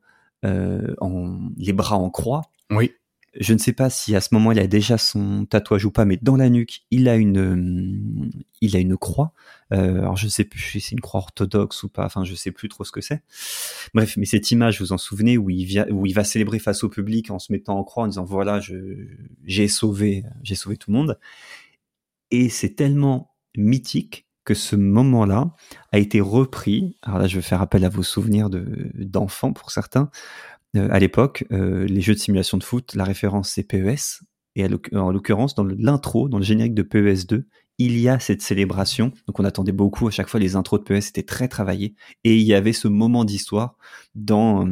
Speaker 4: les bras en croix.
Speaker 3: Oui.
Speaker 4: Je ne sais pas si à ce moment il a déjà son tatouage ou pas, mais dans la nuque, il a une croix. Alors je sais plus si c'est une croix orthodoxe ou pas. Enfin, je sais plus trop ce que c'est. Bref, mais cette image, vous en souvenez, où il va célébrer face au public en se mettant en croix, en disant voilà, j'ai sauvé tout le monde. Et c'est tellement mythique que ce moment-là a été repris. Alors là, je vais faire appel à vos souvenirs d'enfants pour certains. À l'époque, les jeux de simulation de foot, la référence c'est PES, et en l'occurrence dans l'intro, dans le générique de PES 2, il y a cette célébration. Donc on attendait beaucoup, à chaque fois les intros de PES étaient très travaillées, et il y avait ce moment d'histoire dans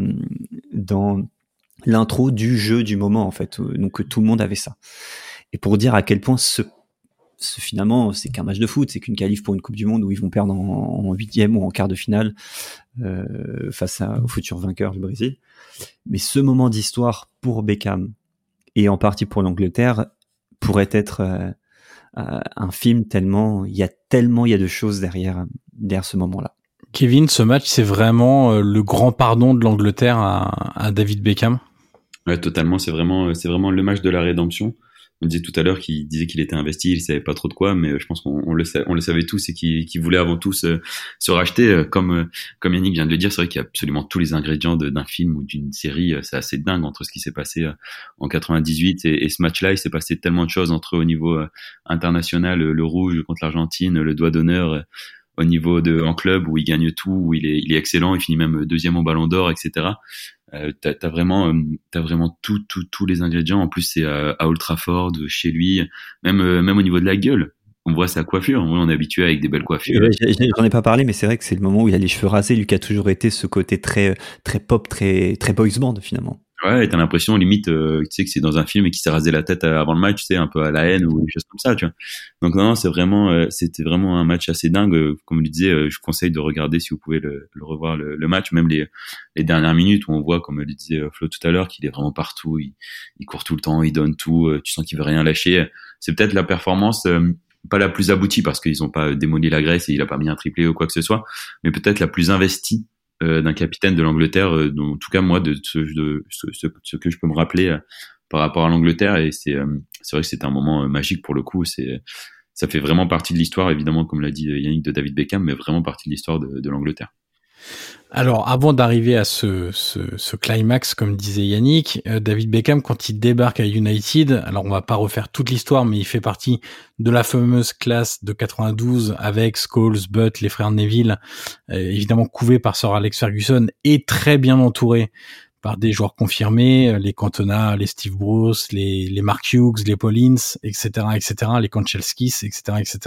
Speaker 4: l'intro du jeu du moment en fait, donc tout le monde avait ça. Et pour dire à quel point finalement c'est qu'un match de foot, c'est qu'une qualif pour une Coupe du Monde où ils vont perdre en 8e ou en quart de finale face au futur vainqueur du Brésil. Mais ce moment d'histoire pour Beckham et en partie pour l'Angleterre pourrait être un film tellement il y a de choses derrière ce moment-là.
Speaker 3: Kevin, ce match c'est vraiment le grand pardon de l'Angleterre à David Beckham.
Speaker 5: Ouais, totalement. C'est vraiment le match de la rédemption. On disait tout à l'heure qu'il disait qu'il était investi, il savait pas trop de quoi, mais je pense qu'on le savait tous et qu'il voulait avant tout se racheter. Comme Yannick vient de le dire, c'est vrai qu'il y a absolument tous les ingrédients d'un film ou d'une série. C'est assez dingue entre ce qui s'est passé en 98 et ce match-là. Il s'est passé tellement de choses entre eux au niveau international, le rouge contre l'Argentine, le doigt d'honneur au niveau en club où il gagne tout, où il est excellent, il finit même 2e au Ballon d'Or, etc. T'as vraiment tous les ingrédients. En plus, c'est à Old Trafford, chez lui, même au niveau de la gueule. On voit sa coiffure. On est habitué avec des belles coiffures.
Speaker 4: J'en ai pas parlé, mais c'est vrai que c'est le moment où il a les cheveux rasés. Lui qui a toujours été ce côté très très pop, très très boys band finalement.
Speaker 5: Ouais, et t'as l'impression limite, tu sais que c'est dans un film et qu'il s'est rasé la tête avant le match, tu sais, un peu à la haine ou des choses comme ça, tu vois. Donc non, c'était vraiment un match assez dingue. Comme je le disais, je conseille de regarder si vous pouvez le revoir le match, même les dernières minutes où on voit, comme le disait Flo tout à l'heure, qu'il est vraiment partout, il court tout le temps, il donne tout, tu sens qu'il veut rien lâcher. C'est peut-être la performance pas la plus aboutie parce qu'ils ont pas démoli la Grèce et il a pas mis un triplé ou quoi que ce soit, mais peut-être la plus investie d'un capitaine de l'Angleterre, dont, en tout cas moi de ce que je peux me rappeler par rapport à l'Angleterre, et c'est vrai que c'était un moment magique pour le coup. Ça fait vraiment partie de l'histoire, évidemment, comme l'a dit Yannick, de David Beckham, mais vraiment partie de l'histoire de l'Angleterre.
Speaker 3: Alors, avant d'arriver à ce climax, comme disait Yannick, David Beckham, quand il débarque à United, alors on va pas refaire toute l'histoire, mais il fait partie de la fameuse classe de 92 avec Scholes, Butt, les frères Neville, évidemment couvé par Sir Alex Ferguson et très bien entouré par des joueurs confirmés, les Cantona, les Steve Bruce, les Mark Hughes, les Paulins, etc., les Kanchelskis, etc., etc.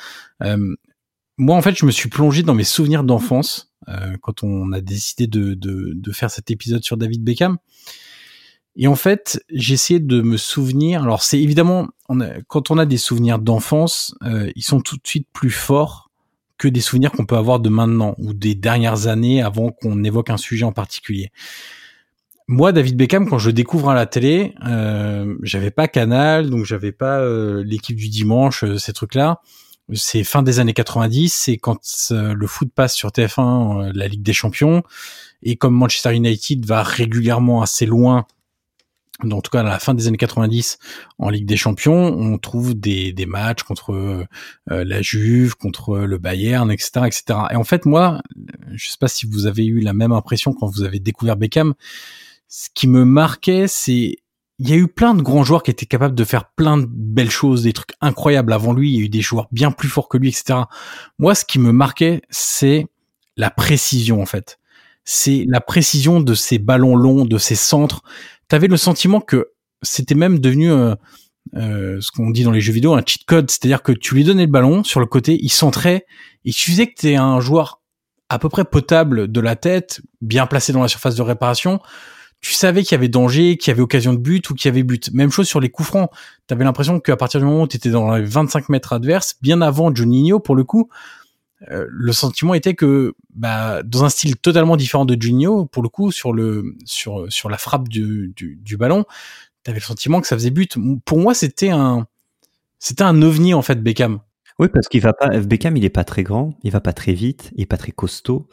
Speaker 3: Moi, en fait, je me suis plongé dans mes souvenirs d'enfance quand on a décidé de faire cet épisode sur David Beckham. Et en fait, j'ai essayé de me souvenir. Alors, c'est évidemment, quand on a des souvenirs d'enfance, ils sont tout de suite plus forts que des souvenirs qu'on peut avoir de maintenant ou des dernières années avant qu'on évoque un sujet en particulier. Moi, David Beckham, quand je le découvre à la télé, j'avais pas Canal, donc j'avais pas l'équipe du dimanche, ces trucs-là. C'est fin des années 90, c'est quand le foot passe sur TF1, la Ligue des Champions, et comme Manchester United va régulièrement assez loin, en tout cas à la fin des années 90 en Ligue des Champions, on trouve des matchs contre la Juve, contre le Bayern, etc., etc. Et en fait, moi, je sais pas si vous avez eu la même impression quand vous avez découvert Beckham. Ce qui me marquait, c'est il y a eu plein de grands joueurs qui étaient capables de faire plein de belles choses, des trucs incroyables avant lui. Il y a eu des joueurs bien plus forts que lui, etc. Moi, ce qui me marquait, c'est la précision, en fait. C'est la précision de ces ballons longs, de ces centres. T'avais le sentiment que c'était même devenu ce qu'on dit dans les jeux vidéo, un cheat code. C'est-à-dire que tu lui donnais le ballon sur le côté, il centrait. Il suffisait que t'aies un joueur à peu près potable de la tête, bien placé dans la surface de réparation. Tu savais qu'il y avait danger, qu'il y avait occasion de but ou qu'il y avait but. Même chose sur les coups francs. T'avais l'impression qu'à partir du moment où t'étais dans les 25 mètres adverses, bien avant Juninho, pour le coup, le sentiment était que, dans un style totalement différent de Juninho, pour le coup, sur la frappe du ballon, t'avais le sentiment que ça faisait but. Pour moi, c'était un ovni, en fait, Beckham.
Speaker 4: Oui, parce Beckham, il est pas très grand, il va pas très vite, il est pas très costaud.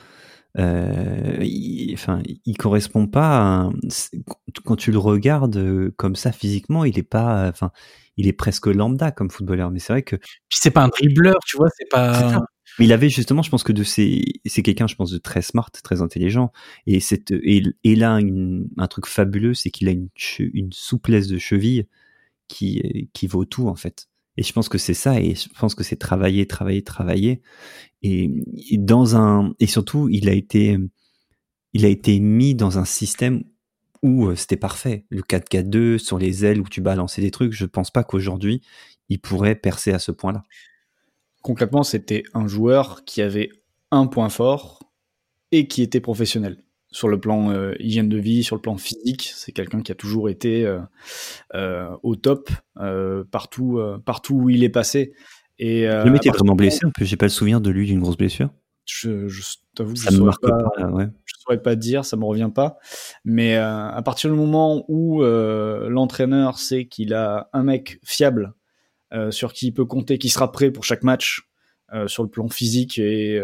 Speaker 4: Il correspond pas quand tu le regardes comme ça physiquement, il est presque lambda comme footballeur, mais c'est vrai que
Speaker 3: puis c'est pas un dribbleur, tu vois, c'est pas.
Speaker 4: Mais il avait justement, je pense que c'est quelqu'un, je pense, de très smart, très intelligent, et il a un truc fabuleux, c'est qu'il a une souplesse de cheville qui vaut tout en fait. Et je pense que c'est ça, et je pense que c'est travailler, et surtout il a été mis dans un système où c'était parfait. Le 4-4-2 sur les ailes où tu balançais des trucs, je pense pas qu'aujourd'hui il pourrait percer à ce point-là.
Speaker 6: Concrètement, c'était un joueur qui avait un point fort et qui était professionnel. Sur le plan hygiène de vie, sur le plan physique, c'est quelqu'un qui a toujours été au top partout où il est passé. Et
Speaker 4: il était vraiment blessé un peu. J'ai pas le souvenir de lui d'une grosse blessure.
Speaker 6: Je t'avoue que
Speaker 4: ça me marque pas. Ouais.
Speaker 6: Je saurais pas dire, ça me revient pas. Mais à partir du moment où l'entraîneur sait qu'il a un mec fiable sur qui il peut compter, qui sera prêt pour chaque match. Sur le plan physique et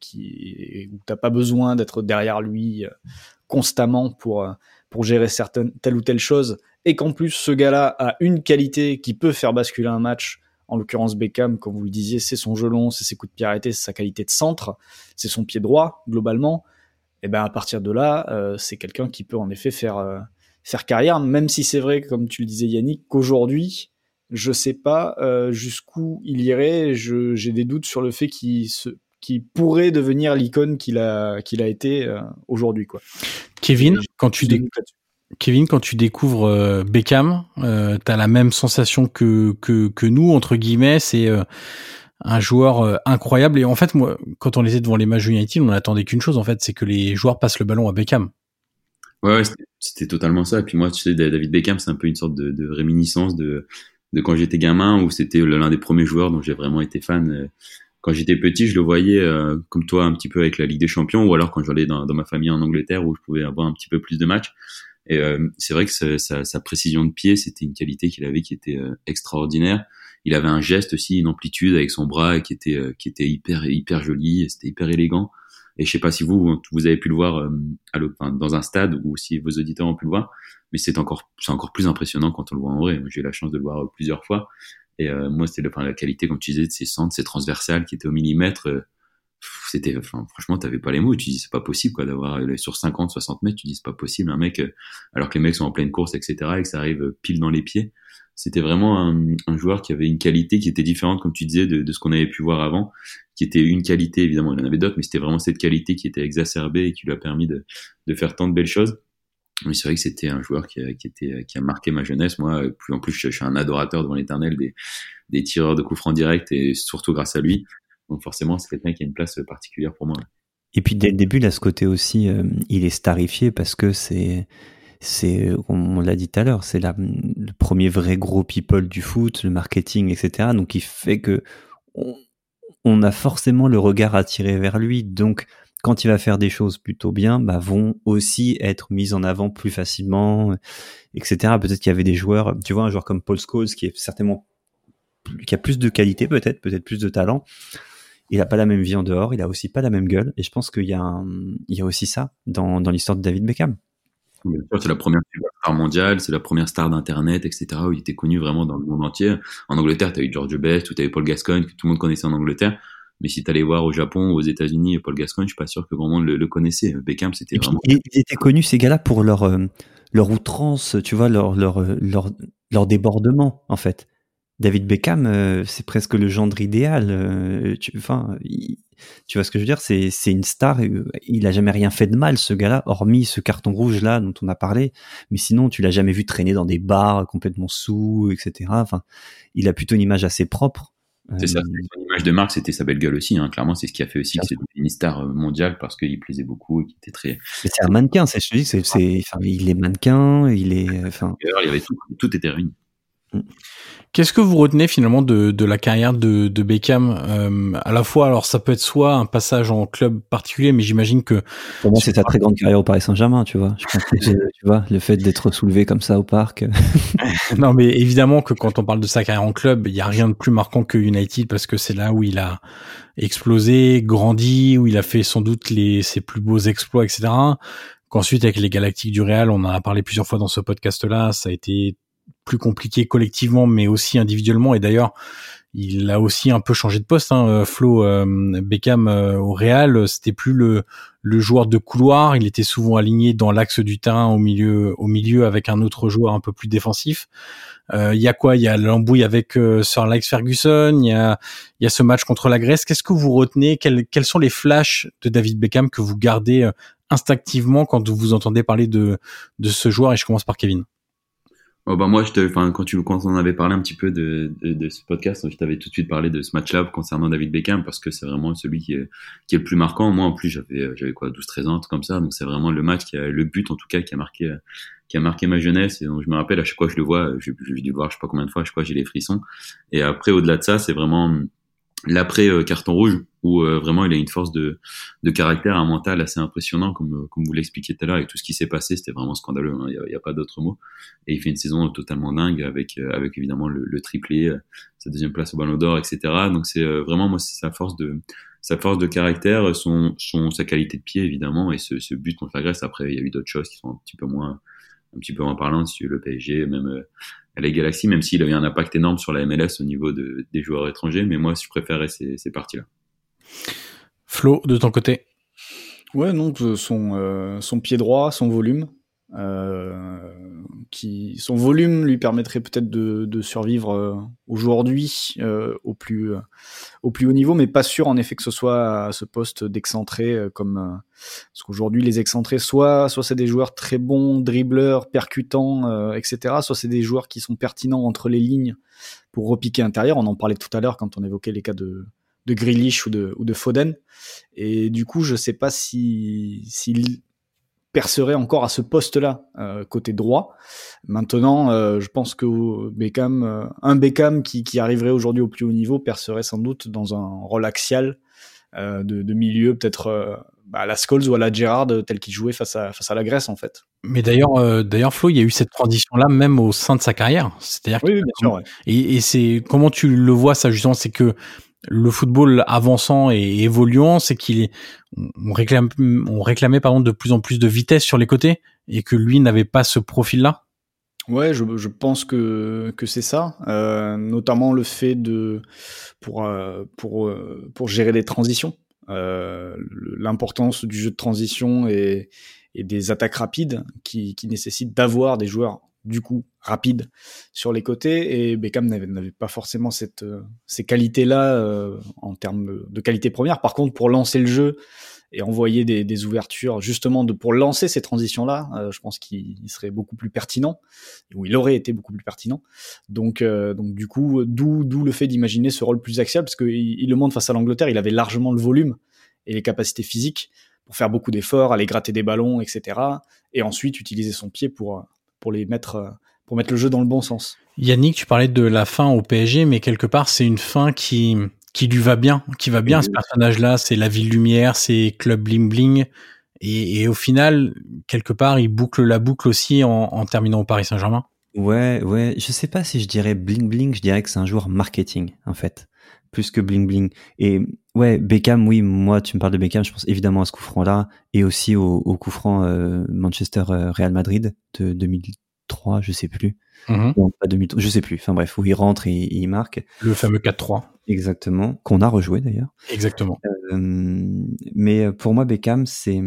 Speaker 6: où t'as pas besoin d'être derrière lui constamment pour gérer telle ou telle chose, et qu'en plus ce gars-là a une qualité qui peut faire basculer un match, en l'occurrence Beckham, comme vous le disiez, c'est son jeu long, c'est ses coups de pied arrêtés, c'est sa qualité de centre, c'est son pied droit globalement, et à partir de là c'est quelqu'un qui peut en effet faire carrière, même si c'est vrai, comme tu le disais Yannick, qu'aujourd'hui je sais pas jusqu'où il irait. J'ai des doutes sur le fait qu'il pourrait devenir l'icône qu'il a été aujourd'hui, quoi.
Speaker 3: Kevin, quand tu découvres Beckham, t'as la même sensation que nous, entre guillemets. C'est un joueur incroyable. Et en fait, moi, quand on était devant les matchs United, on n'attendait qu'une chose, en fait, c'est que les joueurs passent le ballon à Beckham.
Speaker 5: Ouais, c'était totalement ça. Et puis moi, tu sais, David Beckham, c'est un peu une sorte de réminiscence de quand j'étais gamin, où c'était l'un des premiers joueurs dont j'ai vraiment été fan. Quand j'étais petit, je le voyais comme toi un petit peu avec la Ligue des Champions, ou alors quand j'allais dans ma famille en Angleterre où je pouvais avoir un petit peu plus de matchs. Et c'est vrai que sa précision de pied, c'était une qualité qu'il avait qui était extraordinaire. Il avait un geste aussi, une amplitude avec son bras qui était hyper joli, et c'était hyper élégant. Et je sais pas si vous avez pu le voir dans un stade ou si vos auditeurs ont pu le voir, mais c'est encore plus impressionnant quand on le voit en vrai. J'ai eu la chance de le voir plusieurs fois. Et moi, c'était la qualité, comme tu disais, de ces centres, ces transversales qui étaient au millimètre. Franchement, t'avais pas les mots. Tu dis, c'est pas possible, quoi, d'avoir sur 50, 60 mètres. Tu dis, c'est pas possible. Un mec, alors que les mecs sont en pleine course, etc., et que ça arrive pile dans les pieds. C'était vraiment un joueur qui avait une qualité qui était différente, comme tu disais, de ce qu'on avait pu voir avant, qui était une qualité, évidemment, il y en avait d'autres, mais c'était vraiment cette qualité qui était exacerbée et qui lui a permis de faire tant de belles choses. Mais c'est vrai que c'était un joueur qui a marqué ma jeunesse. Moi, en plus, je suis un adorateur devant l'éternel des tireurs de coups francs directs et surtout grâce à lui. Donc forcément, c'est quelqu'un qui a une place particulière pour moi.
Speaker 4: Et puis dès le début, là, ce côté aussi, il est starifié parce que c'est, comme on l'a dit tout à l'heure, c'est le premier vrai gros people du foot, le marketing, etc. Donc il fait que on a forcément le regard attiré vers lui. Donc quand il va faire des choses plutôt bien, vont aussi être mises en avant plus facilement, etc. Peut-être qu'il y avait des joueurs, tu vois, un joueur comme Paul Scholes qui est certainement qui a plus de qualité, peut-être plus de talent. Il a pas la même vie en dehors, il a aussi pas la même gueule, et je pense qu'il y a aussi ça dans l'histoire de David Beckham.
Speaker 5: Bien sûr, c'est la première star mondiale, c'est la première star d'internet, etc., où il était connu vraiment dans le monde entier. En Angleterre, t'as eu George Best, ou t'avais Paul Gascoigne, que tout le monde connaissait en Angleterre. Mais si t'allais voir au Japon ou aux États-Unis, Paul Gascoigne, je suis pas sûr que grand monde le connaissait. Beckham, c'était vraiment.
Speaker 4: Ils étaient connus, ces gars-là, pour leur outrance, tu vois, leur débordement, en fait. David Beckham, c'est presque le gendre idéal. Tu vois ce que je veux dire, c'est une star. Il a jamais rien fait de mal, ce gars-là, hormis ce carton rouge là dont on a parlé. Mais sinon, tu l'as jamais vu traîner dans des bars complètement sous, etc. Enfin, il a plutôt une image assez propre.
Speaker 5: C'est ça. Son image de marque, c'était sa belle gueule aussi. Hein. Clairement, c'est ce qui a fait aussi que c'était une star mondiale parce qu'il plaisait beaucoup et qu'il était très.
Speaker 4: Mais c'est un mannequin. Je te dis, il est mannequin. Il est.
Speaker 5: Il y avait tout était réuni.
Speaker 3: Qu'est-ce que vous retenez finalement de la carrière de Beckham, à la fois, alors ça peut être soit un passage en club particulier, mais j'imagine que
Speaker 4: pour moi c'est sa très grande carrière au Paris Saint-Germain, tu vois. Je pense que tu vois le fait d'être soulevé comme ça au parc.
Speaker 3: Non, mais évidemment que quand on parle de sa carrière en club, il y a rien de plus marquant que United parce que c'est là où il a explosé, grandi, où il a fait sans doute ses plus beaux exploits, etc. Qu'ensuite avec les Galactiques du Real, on en a parlé plusieurs fois dans ce podcast-là, ça a été plus compliqué collectivement mais aussi individuellement, et d'ailleurs il a aussi un peu changé de poste, hein, Flo. Beckham au Real, c'était plus le joueur de couloir, il était souvent aligné dans l'axe du terrain au milieu avec un autre joueur un peu plus défensif. Il y a l'embrouille avec Sir Alex Ferguson, il y a ce match contre la Grèce. Qu'est-ce que vous retenez, quels sont les flashs de David Beckham que vous gardez instinctivement quand vous entendez parler de ce joueur, et je commence par Kevin.
Speaker 5: Moi, quand on avait parlé un petit peu de ce podcast, je t'avais tout de suite parlé de ce match-là concernant David Beckham parce que c'est vraiment celui qui est le plus marquant. Moi, en plus, j'avais quoi, 12-13 ans, comme ça. Donc, c'est vraiment le match le but, en tout cas, qui a marqué ma jeunesse. Et donc, je me rappelle, à chaque fois que je le vois, j'ai dû le voir, je sais pas combien de fois, je crois, j'ai les frissons. Et après, au-delà de ça, c'est vraiment l'après carton rouge où vraiment il a une force de caractère, un mental assez impressionnant, comme vous l'expliquiez tout à l'heure, avec tout ce qui s'est passé, c'était vraiment scandaleux, hein, il y a pas d'autre mot. Et il fait une saison totalement dingue avec évidemment le triplé, sa deuxième place au Ballon d'Or, etc. Donc c'est vraiment, moi, c'est sa force de caractère, sa qualité de pied évidemment, et ce but contre la Grèce. Après, il y a eu d'autres choses qui sont un petit peu moins parlantes, sur le PSG, même les Galaxies, même s'il a eu un impact énorme sur la MLS au niveau des joueurs étrangers. Mais moi, je préférais ces parties-là.
Speaker 3: Flo, de ton côté?
Speaker 6: Ouais, non, son pied droit, son volume. Son volume lui permettrait peut-être de survivre aujourd'hui au plus haut niveau, mais pas sûr en effet que ce soit à ce poste d'excentré parce qu'aujourd'hui les excentrés soit c'est des joueurs très bons dribbleurs, percutants, etc., soit c'est des joueurs qui sont pertinents entre les lignes pour repiquer intérieur. On en parlait tout à l'heure quand on évoquait les cas de Grealish ou de Foden, et du coup je sais pas s'il percerait encore à ce poste-là, côté droit. Maintenant, je pense que Beckham, un Beckham qui arriverait aujourd'hui au plus haut niveau percerait sans doute dans un rôle axial de milieu, peut-être à la Scholes ou à la Gerrard, tel qu'il jouait face à la Grèce en fait.
Speaker 3: Mais d'ailleurs Flo, il y a eu cette transition-là même au sein de sa carrière. C'est-à-dire
Speaker 6: oui, bien sûr. Ouais.
Speaker 3: Et c'est comment tu le vois ça justement, c'est que le football avançant et évoluant, c'est on réclamait de plus en plus de vitesse sur les côtés et que lui n'avait pas ce profil-là.
Speaker 6: Ouais, je pense que c'est ça, notamment le fait pour gérer les transitions, l'importance du jeu de transition et des attaques rapides qui nécessitent d'avoir des joueurs du coup rapides sur les côtés, et Beckham n'avait pas forcément ces qualités-là en termes de qualité première. Par contre, pour lancer le jeu et envoyer des ouvertures justement pour lancer ces transitions-là, je pense qu'il serait beaucoup plus pertinent, ou il aurait été beaucoup plus pertinent. Donc du coup, d'où le fait d'imaginer ce rôle plus axial, parce qu'il le montre face à l'Angleterre, il avait largement le volume et les capacités physiques pour faire beaucoup d'efforts, aller gratter des ballons, etc. Et ensuite utiliser son pied pour mettre le jeu dans le bon sens.
Speaker 3: Yannick, tu parlais de la fin au PSG, mais quelque part c'est une fin qui lui va bien, qui va bien à ce personnage-là. C'est la ville lumière, c'est club bling bling, et au final, quelque part, il boucle la boucle aussi en terminant au Paris Saint-Germain.
Speaker 4: Ouais, je sais pas si je dirais bling bling, je dirais que c'est un joueur marketing, en fait, plus que bling bling. Et ouais, Beckham, oui, moi, tu me parles de Beckham, je pense évidemment à ce coup franc-là, et aussi au coup franc Manchester-Real Madrid de 2003, je sais plus. Non, pas 2003, je sais plus. Enfin bref, où il rentre et il marque.
Speaker 3: Le fameux 4-3.
Speaker 4: Exactement, qu'on a rejoué d'ailleurs.
Speaker 3: Exactement.
Speaker 4: Mais pour moi, Beckham, c'est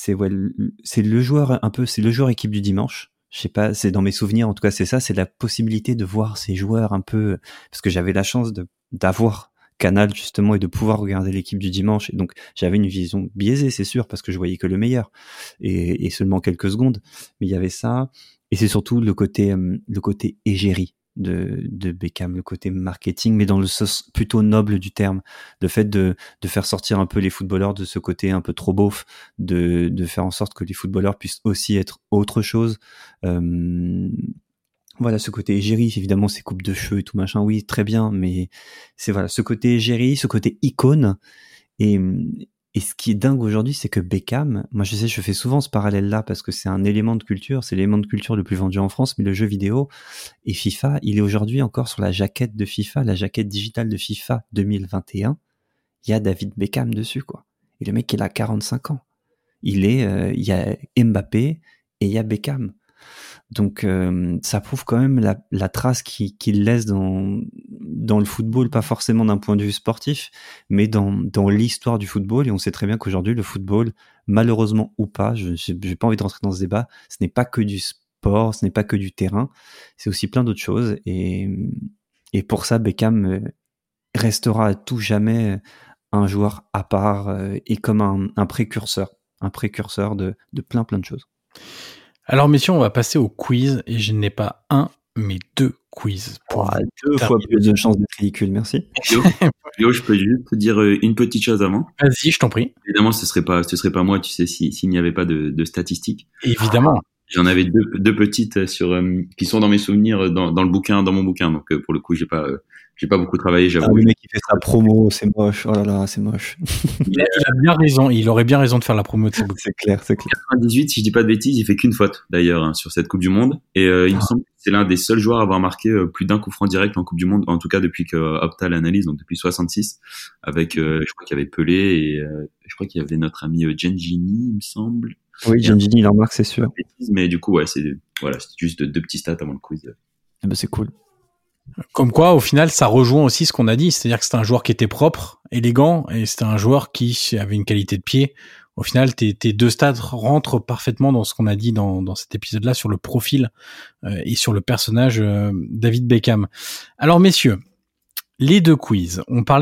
Speaker 4: le joueur un peu, c'est le joueur équipe du dimanche. Je sais pas, c'est dans mes souvenirs, en tout cas, c'est ça, c'est la possibilité de voir ces joueurs un peu, parce que j'avais la chance d'avoir Canal justement et de pouvoir regarder l'équipe du dimanche. Et donc j'avais une vision biaisée, c'est sûr, parce que je voyais que le meilleur et seulement quelques secondes. Mais il y avait ça, et c'est surtout le côté égérie de Beckham, le côté marketing, mais dans le sens plutôt noble du terme, le fait de faire sortir un peu les footballeurs de ce côté un peu trop beauf, de faire en sorte que les footballeurs puissent aussi être autre chose. Voilà, ce côté égérie, évidemment, ces coupes de cheveux et tout machin, oui, très bien, mais c'est voilà, ce côté égérie, ce côté icône. Et ce qui est dingue aujourd'hui, c'est que Beckham, moi je sais, je fais souvent ce parallèle-là parce que c'est un élément de culture, c'est l'élément de culture le plus vendu en France, mais le jeu vidéo et FIFA, il est aujourd'hui encore sur la jaquette de FIFA, la jaquette digitale de FIFA 2021. Il y a David Beckham dessus, quoi. Et le mec, il a 45 ans. Il y a Mbappé et il y a Beckham. Donc ça prouve quand même la trace qu'il laisse dans le football, pas forcément d'un point de vue sportif, mais dans l'histoire du football. Et on sait très bien qu'aujourd'hui, le football, malheureusement ou pas, j'ai pas envie de rentrer dans ce débat, ce n'est pas que du sport, ce n'est pas que du terrain, c'est aussi plein d'autres choses. Et pour ça, Beckham restera à tout jamais un joueur à part et comme un précurseur de plein de choses.
Speaker 3: Alors messieurs, on va passer au quiz, et je n'ai pas un, mais deux quiz.
Speaker 4: Deux fois plus de chances d'être ridicule, merci.
Speaker 5: Léo, je peux juste te dire une petite chose avant.
Speaker 3: Vas-y, je t'en prie.
Speaker 5: Évidemment, ce serait pas moi, tu sais, s'il n'y avait pas de statistiques.
Speaker 3: Évidemment.
Speaker 5: J'en avais deux petites qui sont dans mes souvenirs dans mon bouquin. Donc pour le coup, j'ai pas beaucoup travaillé, j'avoue.
Speaker 4: Le mec qui fait sa promo, c'est moche. Oh là là, c'est moche.
Speaker 3: Il a bien raison. Il aurait bien raison de faire la promo de ses bouquins.
Speaker 4: C'est clair.
Speaker 5: 98, si je dis pas de bêtises, il fait qu'une faute d'ailleurs sur cette Coupe du Monde. Et il me semble que c'est l'un des seuls joueurs à avoir marqué plus d'un coup franc direct en Coupe du Monde, en tout cas depuis que Opta l'analyse, donc depuis 66, avec je crois qu'il y avait Pelé et je crois qu'il y avait notre ami Gengini, il me semble.
Speaker 4: Oui, Gengini, il en marque, c'est sûr.
Speaker 5: Mais du coup, ouais, c'est juste deux petits stats avant le quiz.
Speaker 4: C'est cool.
Speaker 3: Comme quoi, au final, ça rejoint aussi ce qu'on a dit, c'est-à-dire que c'était un joueur qui était propre, élégant, et c'était un joueur qui avait une qualité de pied. Au final, tes deux stats rentrent parfaitement dans ce qu'on a dit dans cet épisode-là sur le profil et sur le personnage David Beckham. Alors, messieurs, les deux quiz.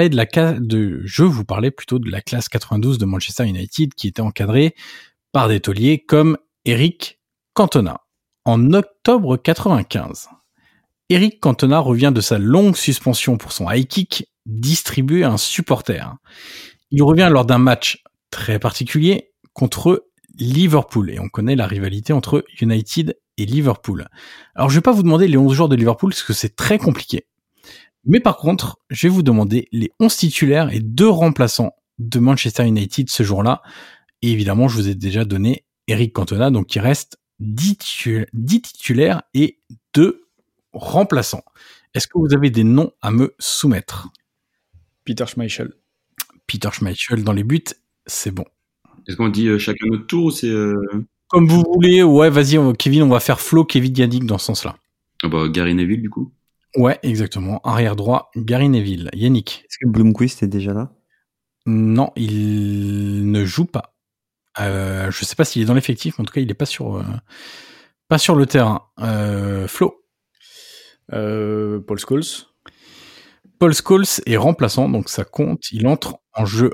Speaker 3: Je vous parlais plutôt de la classe 92 de Manchester United qui était encadrée par des tauliers comme Eric Cantona. En octobre 95, Eric Cantona revient de sa longue suspension pour son high kick distribué à un supporter. Il revient lors d'un match très particulier contre Liverpool, et on connaît la rivalité entre United et Liverpool. Alors je vais pas vous demander les 11 joueurs de Liverpool parce que c'est très compliqué. Mais par contre, je vais vous demander les 11 titulaires et 2 remplaçants de Manchester United ce jour-là. Et évidemment, je vous ai déjà donné Eric Cantona, donc il reste 10 titulaires et 2 remplaçants. Est-ce que vous avez des noms à me soumettre ?
Speaker 6: Peter Schmeichel.
Speaker 3: Peter Schmeichel dans les buts, c'est bon.
Speaker 5: Est-ce qu'on dit chacun notre tour ou c'est
Speaker 3: Comme vous voulez, ouais, vas-y, Kevin, on va faire Flo, Kevin, Yannick dans ce sens-là.
Speaker 5: Gary Neville du coup.
Speaker 3: Ouais, exactement. Arrière droit, Gary Neville. Yannick.
Speaker 4: Est-ce que Blomqvist est déjà là?
Speaker 3: Non, il ne joue pas. Je sais pas s'il est dans l'effectif, mais en tout cas, il est pas sur le terrain. Flo.
Speaker 6: Paul Scholes.
Speaker 3: Paul Scholes est remplaçant, donc ça compte. Il entre en jeu.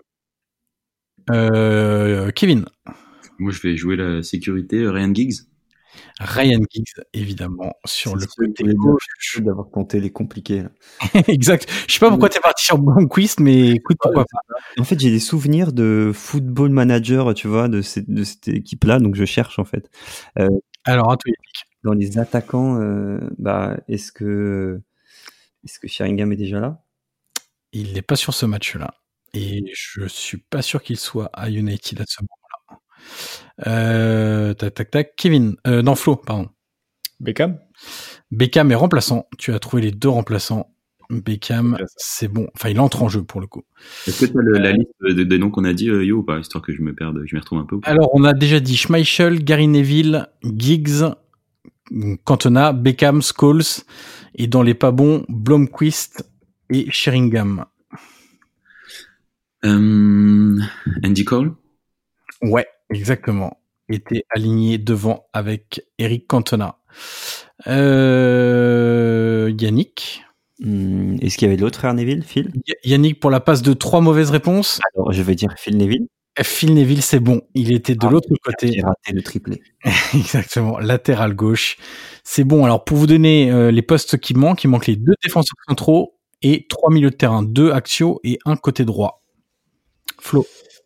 Speaker 3: Kevin.
Speaker 5: Moi, je vais jouer la sécurité. Ryan Giggs.
Speaker 3: Ryan Giggs, évidemment, sur le côté
Speaker 4: gauche. D'avoir tenté les compliqués. Là.
Speaker 3: Exact. Je sais pas pourquoi t'es parti sur Blomqvist, mais écoute, pourquoi pas.
Speaker 4: En fait, j'ai des souvenirs de Football Manager, tu vois, de cette équipe-là, donc je cherche en fait.
Speaker 3: Alors, à toi, Yannick.
Speaker 4: Dans les attaquants, est-ce que Sheringham est déjà là?
Speaker 3: Il n'est pas sur ce match-là. Et je suis pas sûr qu'il soit à United à ce moment-là. Kevin, non, Flo, pardon.
Speaker 6: Beckham
Speaker 3: est remplaçant. Tu as trouvé les deux remplaçants. Beckham, c'est bon. Enfin, il entre en jeu pour le coup.
Speaker 5: Est-ce que tu as la liste des noms qu'on a dit, Yo, ou pas, histoire que je me perde, je m'y retrouve un peu?
Speaker 3: Alors, on a déjà dit Schmeichel, Gary Neville, Giggs, Cantona, Beckham, Scholes, et dans les pas bons, Blomqvist et Sheringham.
Speaker 5: Andy Cole?
Speaker 3: Ouais, exactement. Était aligné devant avec Eric Cantona. Yannick.
Speaker 4: Est-ce qu'il y avait l'autre frère Neville, Phil?
Speaker 3: Yannick pour la passe de 3 mauvaises réponses.
Speaker 4: Alors, je vais dire Phil Neville.
Speaker 3: Phil Neville, c'est bon. Il était de l'autre côté.
Speaker 4: J'ai raté le triplé.
Speaker 3: Exactement. Latéral gauche. C'est bon. Alors, pour vous donner les postes qui manquent, il manque les 2 défenseurs centraux et 3 milieux de terrain. 2 axiaux et 1 côté droit. Flo.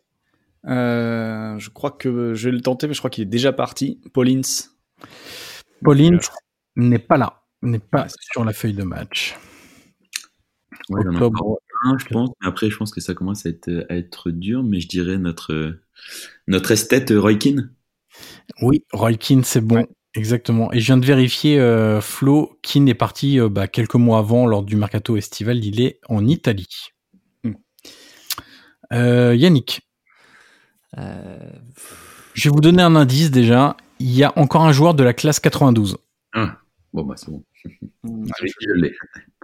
Speaker 6: Je crois que je vais le tenter, mais je crois qu'il est déjà parti. Paulins
Speaker 3: n'est pas là. N'est pas sur la feuille de match.
Speaker 5: Ouais, il y en a encore un, je pense. Après, je pense que ça commence à être dur, mais je dirais notre esthète Roy Keane.
Speaker 3: Oui, Roy Keane, c'est bon. Ouais. Exactement. Et je viens de vérifier, Flo, Keane est parti quelques mois avant, lors du mercato estival. Il est en Italie. Yannick. Je vais vous donner un indice déjà. Il y a encore un joueur de la classe 92.
Speaker 5: Ah, bon, c'est bon. Allez, je l'ai.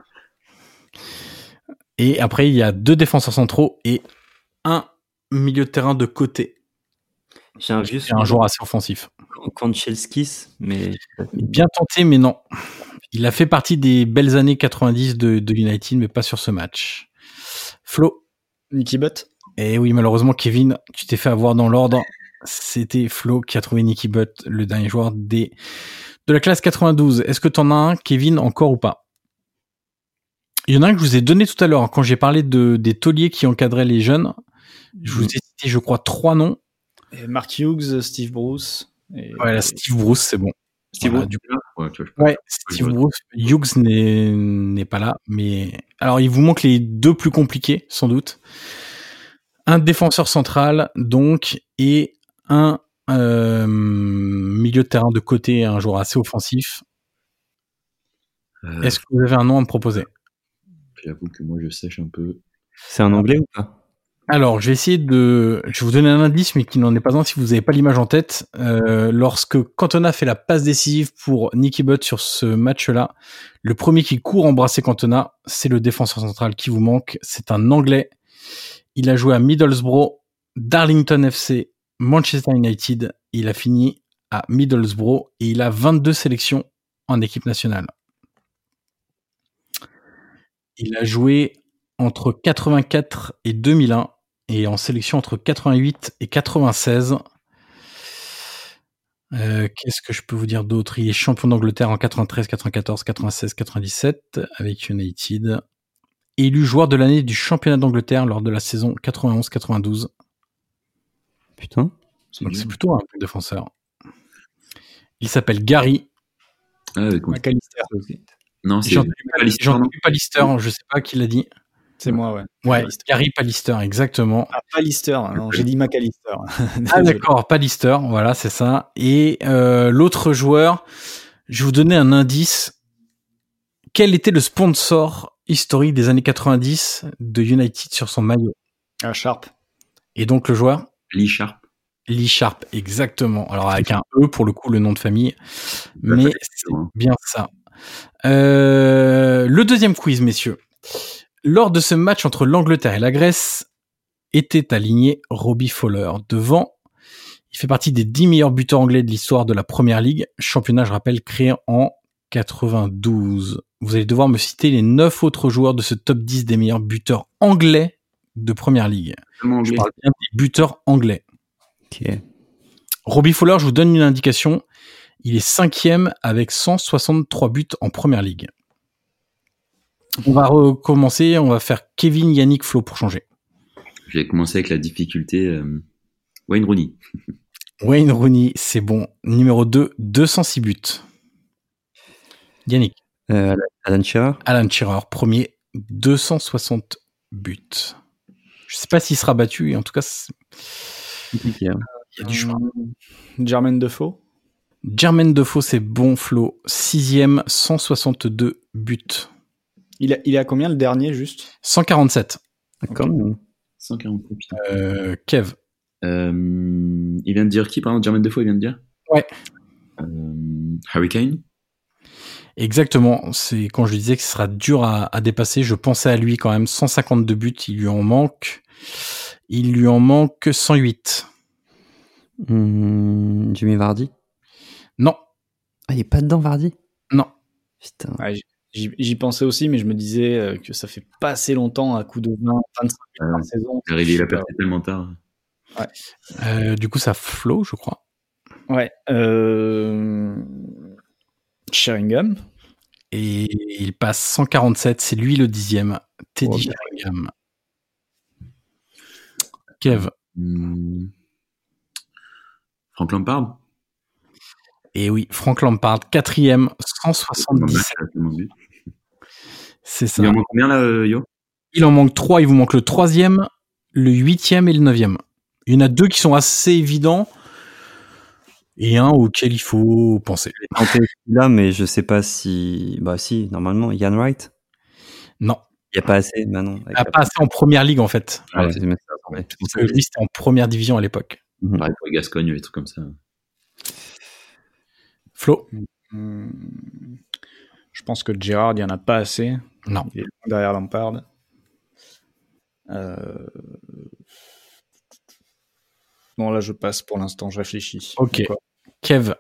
Speaker 3: Et après, il y a 2 défenseurs centraux et 1 milieu de terrain de côté.
Speaker 4: J'ai un
Speaker 3: joueur assez offensif.
Speaker 4: Kanchelskis, mais...
Speaker 3: Bien tenté, mais non. Il a fait partie des belles années 90 de United, mais pas sur ce match. Flo.
Speaker 6: Nicky Butt.
Speaker 3: Et oui, malheureusement, Kevin, tu t'es fait avoir dans l'ordre. C'était Flo qui a trouvé Nicky Butt, le dernier joueur de la classe 92. Est-ce que t'en as un, Kevin, encore ou pas? Il y en a un que je vous ai donné tout à l'heure, quand j'ai parlé des tauliers qui encadraient les jeunes. Je vous ai cité, je crois, 3 noms.
Speaker 6: Et Mark Hughes, Steve Bruce.
Speaker 3: Voilà, Steve Bruce, c'est bon.
Speaker 5: Steve Bruce,
Speaker 3: Steve Bruce. Hughes n'est pas là, mais alors il vous manque les 2 plus compliqués, sans doute. Un défenseur central, donc, et un milieu de terrain de côté, un joueur assez offensif. Est-ce que vous avez un nom à me proposer?
Speaker 5: J'avoue que moi je sèche un peu.
Speaker 4: C'est un anglais ou pas?
Speaker 3: Alors, je vais essayer je vais vous donner un indice, mais qui n'en est pas un si vous n'avez pas l'image en tête. Lorsque Cantona fait la passe décisive pour Nicky Butt sur ce match-là, le premier qui court embrasser Cantona, c'est le défenseur central qui vous manque. C'est un anglais. Il a joué à Middlesbrough, Darlington FC, Manchester United. Il a fini à Middlesbrough et il a 22 sélections en équipe nationale. Il a joué entre 84 et 2001 et en sélection entre 88 et 96. Qu'est-ce que je peux vous dire d'autre? Il est champion d'Angleterre en 93, 94, 96, 97 avec United. Élu joueur de l'année du championnat d'Angleterre lors de la saison 91-92.
Speaker 4: Putain.
Speaker 3: Donc c'est plutôt un défenseur. Il s'appelle Gary.
Speaker 6: McAllister.
Speaker 5: Non, c'est
Speaker 3: Jean-Philippe Pallister, je sais pas qui l'a dit.
Speaker 6: C'est moi, ouais.
Speaker 3: Ouais, Gary Pallister, exactement.
Speaker 6: Ah, Pallister, non, j'ai dit McAllister.
Speaker 3: Ah d'accord, Pallister, voilà, c'est ça. Et l'autre joueur, je vais vous donner un indice. Quel était le sponsor historique des années 90 de United sur son maillot.
Speaker 6: Sharp.
Speaker 3: Et donc le joueur
Speaker 5: Lee Sharp.
Speaker 3: Lee Sharp, exactement. Alors avec un E pour le coup, le nom de famille. Mais c'est bien ça. Le deuxième quiz, messieurs. Lors de ce match entre l'Angleterre et la Grèce, était aligné Robbie Fowler devant. Il fait partie des 10 meilleurs buteurs anglais de l'histoire de la Première Ligue. Championnat, je rappelle, créé en 92. Vous allez devoir me citer les 9 autres joueurs de ce top 10 des meilleurs buteurs anglais de Première Ligue. Je parle bien des buteurs anglais.
Speaker 4: Ok.
Speaker 3: Robbie Fowler, je vous donne une indication. Il est 5e avec 163 buts en Première Ligue. On va recommencer. On va faire Kevin, Yannick, Flo pour changer.
Speaker 5: Je vais commencer avec la difficulté. Wayne Rooney.
Speaker 3: Wayne Rooney, c'est bon. Numéro 2, 206 buts. Yannick.
Speaker 4: Alan Shearer.
Speaker 3: Alan Shearer, premier, 260 buts. Je sais pas s'il sera battu, et en tout cas,
Speaker 4: Compliqué, hein.
Speaker 3: il y a du chemin.
Speaker 6: Jermaine Defoe.
Speaker 3: Jermaine Defoe, c'est bon, Flo. 6e, 162 buts.
Speaker 6: Il est à combien le dernier, juste?
Speaker 3: 147.
Speaker 4: D'accord.
Speaker 5: 147, putain.
Speaker 3: Kev.
Speaker 5: Il vient de dire qui, par exemple, Jermaine Defoe, il vient de dire?
Speaker 3: Ouais.
Speaker 5: Harry Kane.
Speaker 3: Exactement. C'est quand je disais que ce sera dur à dépasser. Je pensais à lui quand même. 152 buts. Il lui en manque 108.
Speaker 4: Jimmy Vardy.
Speaker 3: Non.
Speaker 4: Ah, il est pas dedans, Vardy?
Speaker 3: Non.
Speaker 4: Putain.
Speaker 6: Ouais, j'y pensais aussi, mais je me disais que ça fait pas assez longtemps, à coup de 25 buts par saison.
Speaker 5: Il a perdu tellement tard.
Speaker 3: Ouais. Du coup, ça Flo, je crois.
Speaker 6: Ouais. Sheringham.
Speaker 3: Et il passe 147. C'est lui le 10e. Teddy Sheringham. Kev.
Speaker 5: Frank Lampard.
Speaker 3: Et oui, Frank Lampard, 4e, 177. C'est ça.
Speaker 5: Il en manque combien là, Yo?
Speaker 3: Il en manque 3. Il vous manque le 3e, le 8e et le 9e. Il y en a 2 qui sont assez évidents et un auquel il faut penser.
Speaker 4: J'ai tenté celui-là, mais je sais pas si. Bah, si, normalement, Ian Wright.
Speaker 3: Non.
Speaker 4: Il n'y a pas assez, maintenant.
Speaker 3: Il n'y a pas assez en première ligue, en fait.
Speaker 5: Ah, ouais.
Speaker 3: Parce que lui, c'était en première division à l'époque.
Speaker 5: Ouais, pour les Gascogne, des trucs comme ça.
Speaker 3: Flo.
Speaker 6: Je pense que Gerrard, il n'y en a pas assez.
Speaker 3: Non.
Speaker 6: Il est derrière Lampard. Bon, là, je passe pour l'instant, je réfléchis.
Speaker 3: Ok. Kev.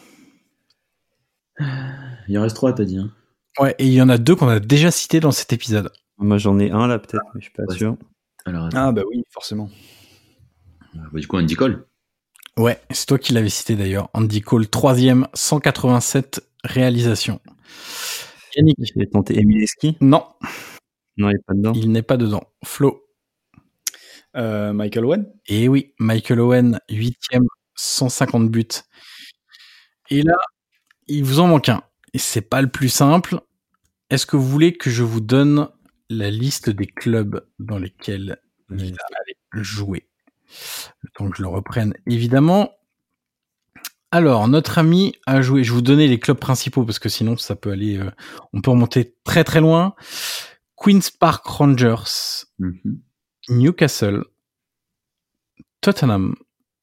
Speaker 5: Il en reste 3, t'as dit. Hein.
Speaker 3: Ouais, et il y en a 2 qu'on a déjà cités dans cet épisode.
Speaker 4: Moi, j'en ai un là, peut-être, mais je suis pas sûr.
Speaker 5: Alors,
Speaker 6: bah oui, forcément.
Speaker 5: Du coup, Andy Cole.
Speaker 3: Ouais, c'est toi qui l'avais cité d'ailleurs. Andy Cole, 3e, 187 réalisations. Yannick.
Speaker 4: J'ai tenté Emileski.
Speaker 3: Non.
Speaker 4: Non, il n'est pas dedans.
Speaker 3: Il n'est pas dedans. Flo.
Speaker 6: Michael Owen.
Speaker 3: Et oui, Michael Owen, 8e, 150 buts. Et là, il vous en manque un. Et c'est pas le plus simple. Est-ce que vous voulez que je vous donne la liste des clubs dans lesquels il a joué? Le temps que je le reprenne, évidemment. Alors, notre ami a joué... Je vais vous donner les clubs principaux, parce que sinon, ça peut aller... on peut remonter très très loin. Queen's Park Rangers, Newcastle, Tottenham,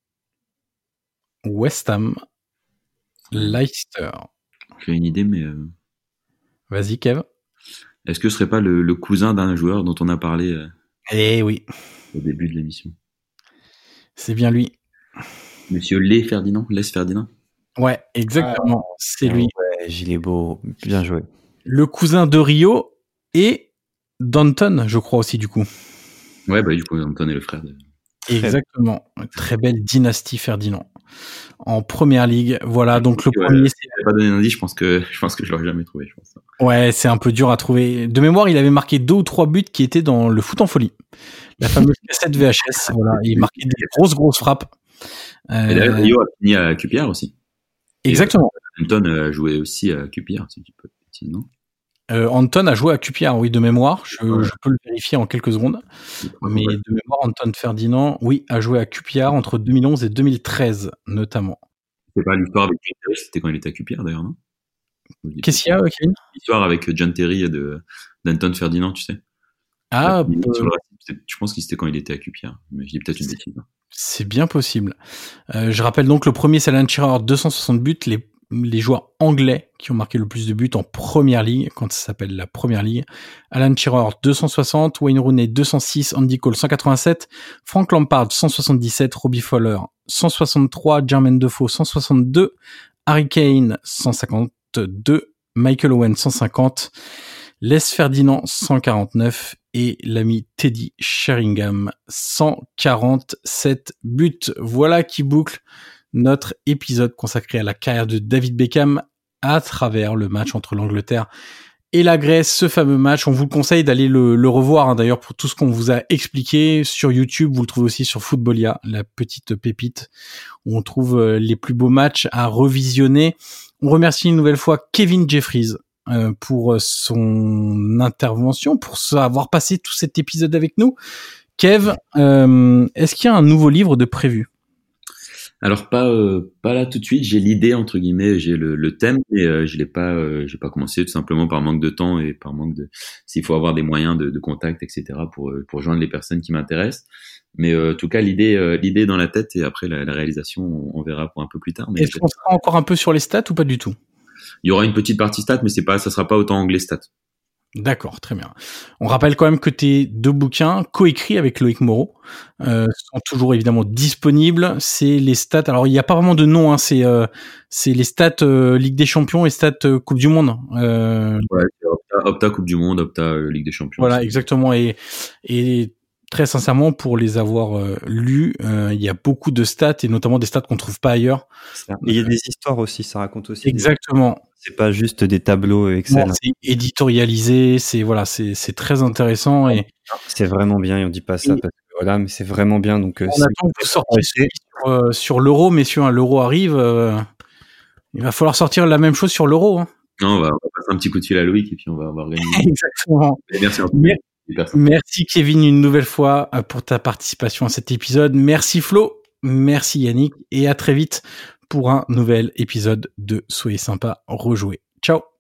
Speaker 3: West Ham, Leicester.
Speaker 5: J'ai une idée, mais...
Speaker 3: Vas-y, Kev.
Speaker 5: Est-ce que ce serait pas le cousin d'un joueur dont on a parlé
Speaker 3: Eh oui.
Speaker 5: Au début de l'émission?
Speaker 3: C'est bien lui.
Speaker 5: Monsieur Les Ferdinand?
Speaker 3: Ouais, exactement. C'est lui.
Speaker 4: Ouais, Gilet beau. Bien joué.
Speaker 3: Le cousin de Rio et Danton, je crois aussi, du coup.
Speaker 5: Ouais, bah du coup, Danton est le frère de...
Speaker 3: Exactement. Très belle dynastie Ferdinand. En première ligue. Voilà, donc le premier...
Speaker 5: Si je n'avais pas donné un indice, je pense que je l'aurais jamais trouvé, je pense.
Speaker 3: Ouais, c'est un peu dur à trouver. De mémoire, il avait marqué 2 ou 3 buts qui étaient dans le foot en folie. La fameuse cassette VHS. Voilà, il marquait des grosses frappes.
Speaker 5: Et d'ailleurs, Rio a fini à QPR aussi.
Speaker 3: Exactement.
Speaker 5: Anton a joué aussi à QPR, si tu peux dire, non?
Speaker 3: Anton a joué à QPR, oui, de mémoire. Je peux le vérifier en quelques secondes. Mais de mémoire, Anton Ferdinand, oui, a joué à QPR entre 2011 et 2013, notamment.
Speaker 5: C'est pas l'histoire avec QPR, c'était quand il était à QPR, d'ailleurs, non?
Speaker 3: Qu'est-ce qu'il y a, Kevin?
Speaker 5: L'histoire avec John Terry d'Anton Ferdinand, tu sais.
Speaker 3: Ah,
Speaker 5: je pense qu'il c'était quand il était à QPR, mais je dis peut-être une bêtise.
Speaker 3: C'est bien possible. Je rappelle donc le premier, c'est Alan Shearer, 260 buts. Les joueurs anglais qui ont marqué le plus de buts en première ligue, quand ça s'appelle la première ligue. Alan Shearer, 260, Wayne Rooney, 206, Andy Cole, 187, Frank Lampard, 177, Robbie Fowler, 163, Jermaine Defoe, 162, Harry Kane, 152, Michael Owen, 150, Les Ferdinand, 149 et l'ami Teddy Sheringham, 147 buts. Voilà qui boucle notre épisode consacré à la carrière de David Beckham à travers le match entre l'Angleterre et la Grèce. Ce fameux match, on vous le conseille d'aller le revoir, hein, d'ailleurs, pour tout ce qu'on vous a expliqué sur YouTube. Vous le trouvez aussi sur Footballia, la petite pépite où on trouve les plus beaux matchs à revisionner. On remercie une nouvelle fois Kevin Jeffries pour son intervention, pour avoir passé tout cet épisode avec nous. Kev, est-ce qu'il y a un nouveau livre de prévu?
Speaker 5: Alors pas là tout de suite. J'ai l'idée entre guillemets, j'ai le thème, mais j'ai pas commencé tout simplement par manque de temps et par manque de. S'il faut avoir des moyens de contact, etc. pour joindre les personnes qui m'intéressent. Mais en tout cas l'idée est dans la tête et après la réalisation on verra pour un peu plus tard. Mais
Speaker 3: est-ce qu'on sera encore un peu sur les stats ou pas du tout?
Speaker 5: Il y aura une petite partie stats, mais ça sera pas autant anglais stats.
Speaker 3: D'accord, très bien. On rappelle quand même que tes 2 bouquins coécrits avec Loïc Moreau sont toujours évidemment disponibles. C'est les stats. Alors il n'y a pas vraiment de nom, hein. C'est les stats Ligue des Champions et stats Coupe du Monde.
Speaker 5: Ouais, Opta Coupe du Monde, Opta Ligue des Champions.
Speaker 3: Voilà, exactement. Et très sincèrement, pour les avoir lus, il y a beaucoup de stats et notamment des stats qu'on trouve pas ailleurs.
Speaker 4: Et il y a des histoires aussi, ça raconte aussi.
Speaker 3: Exactement.
Speaker 4: C'est pas juste des tableaux Excel.
Speaker 3: Non, c'est éditorialisé, c'est très intéressant et
Speaker 4: c'est vraiment bien. Et on dit pas ça parce que voilà, mais c'est vraiment bien. Donc
Speaker 3: on attend que vous sortiez sur l'euro, messieurs. L'euro arrive, il va falloir sortir la même chose sur l'euro. Hein.
Speaker 5: Non, on va passer un petit coup de fil à Loïc et puis on va organiser.
Speaker 3: Exactement.
Speaker 5: Merci.
Speaker 3: Merci Kevin une nouvelle fois pour ta participation à cet épisode. Merci Flo, merci Yannick et à très vite pour un nouvel épisode de Soyez sympa, rejouez. Ciao.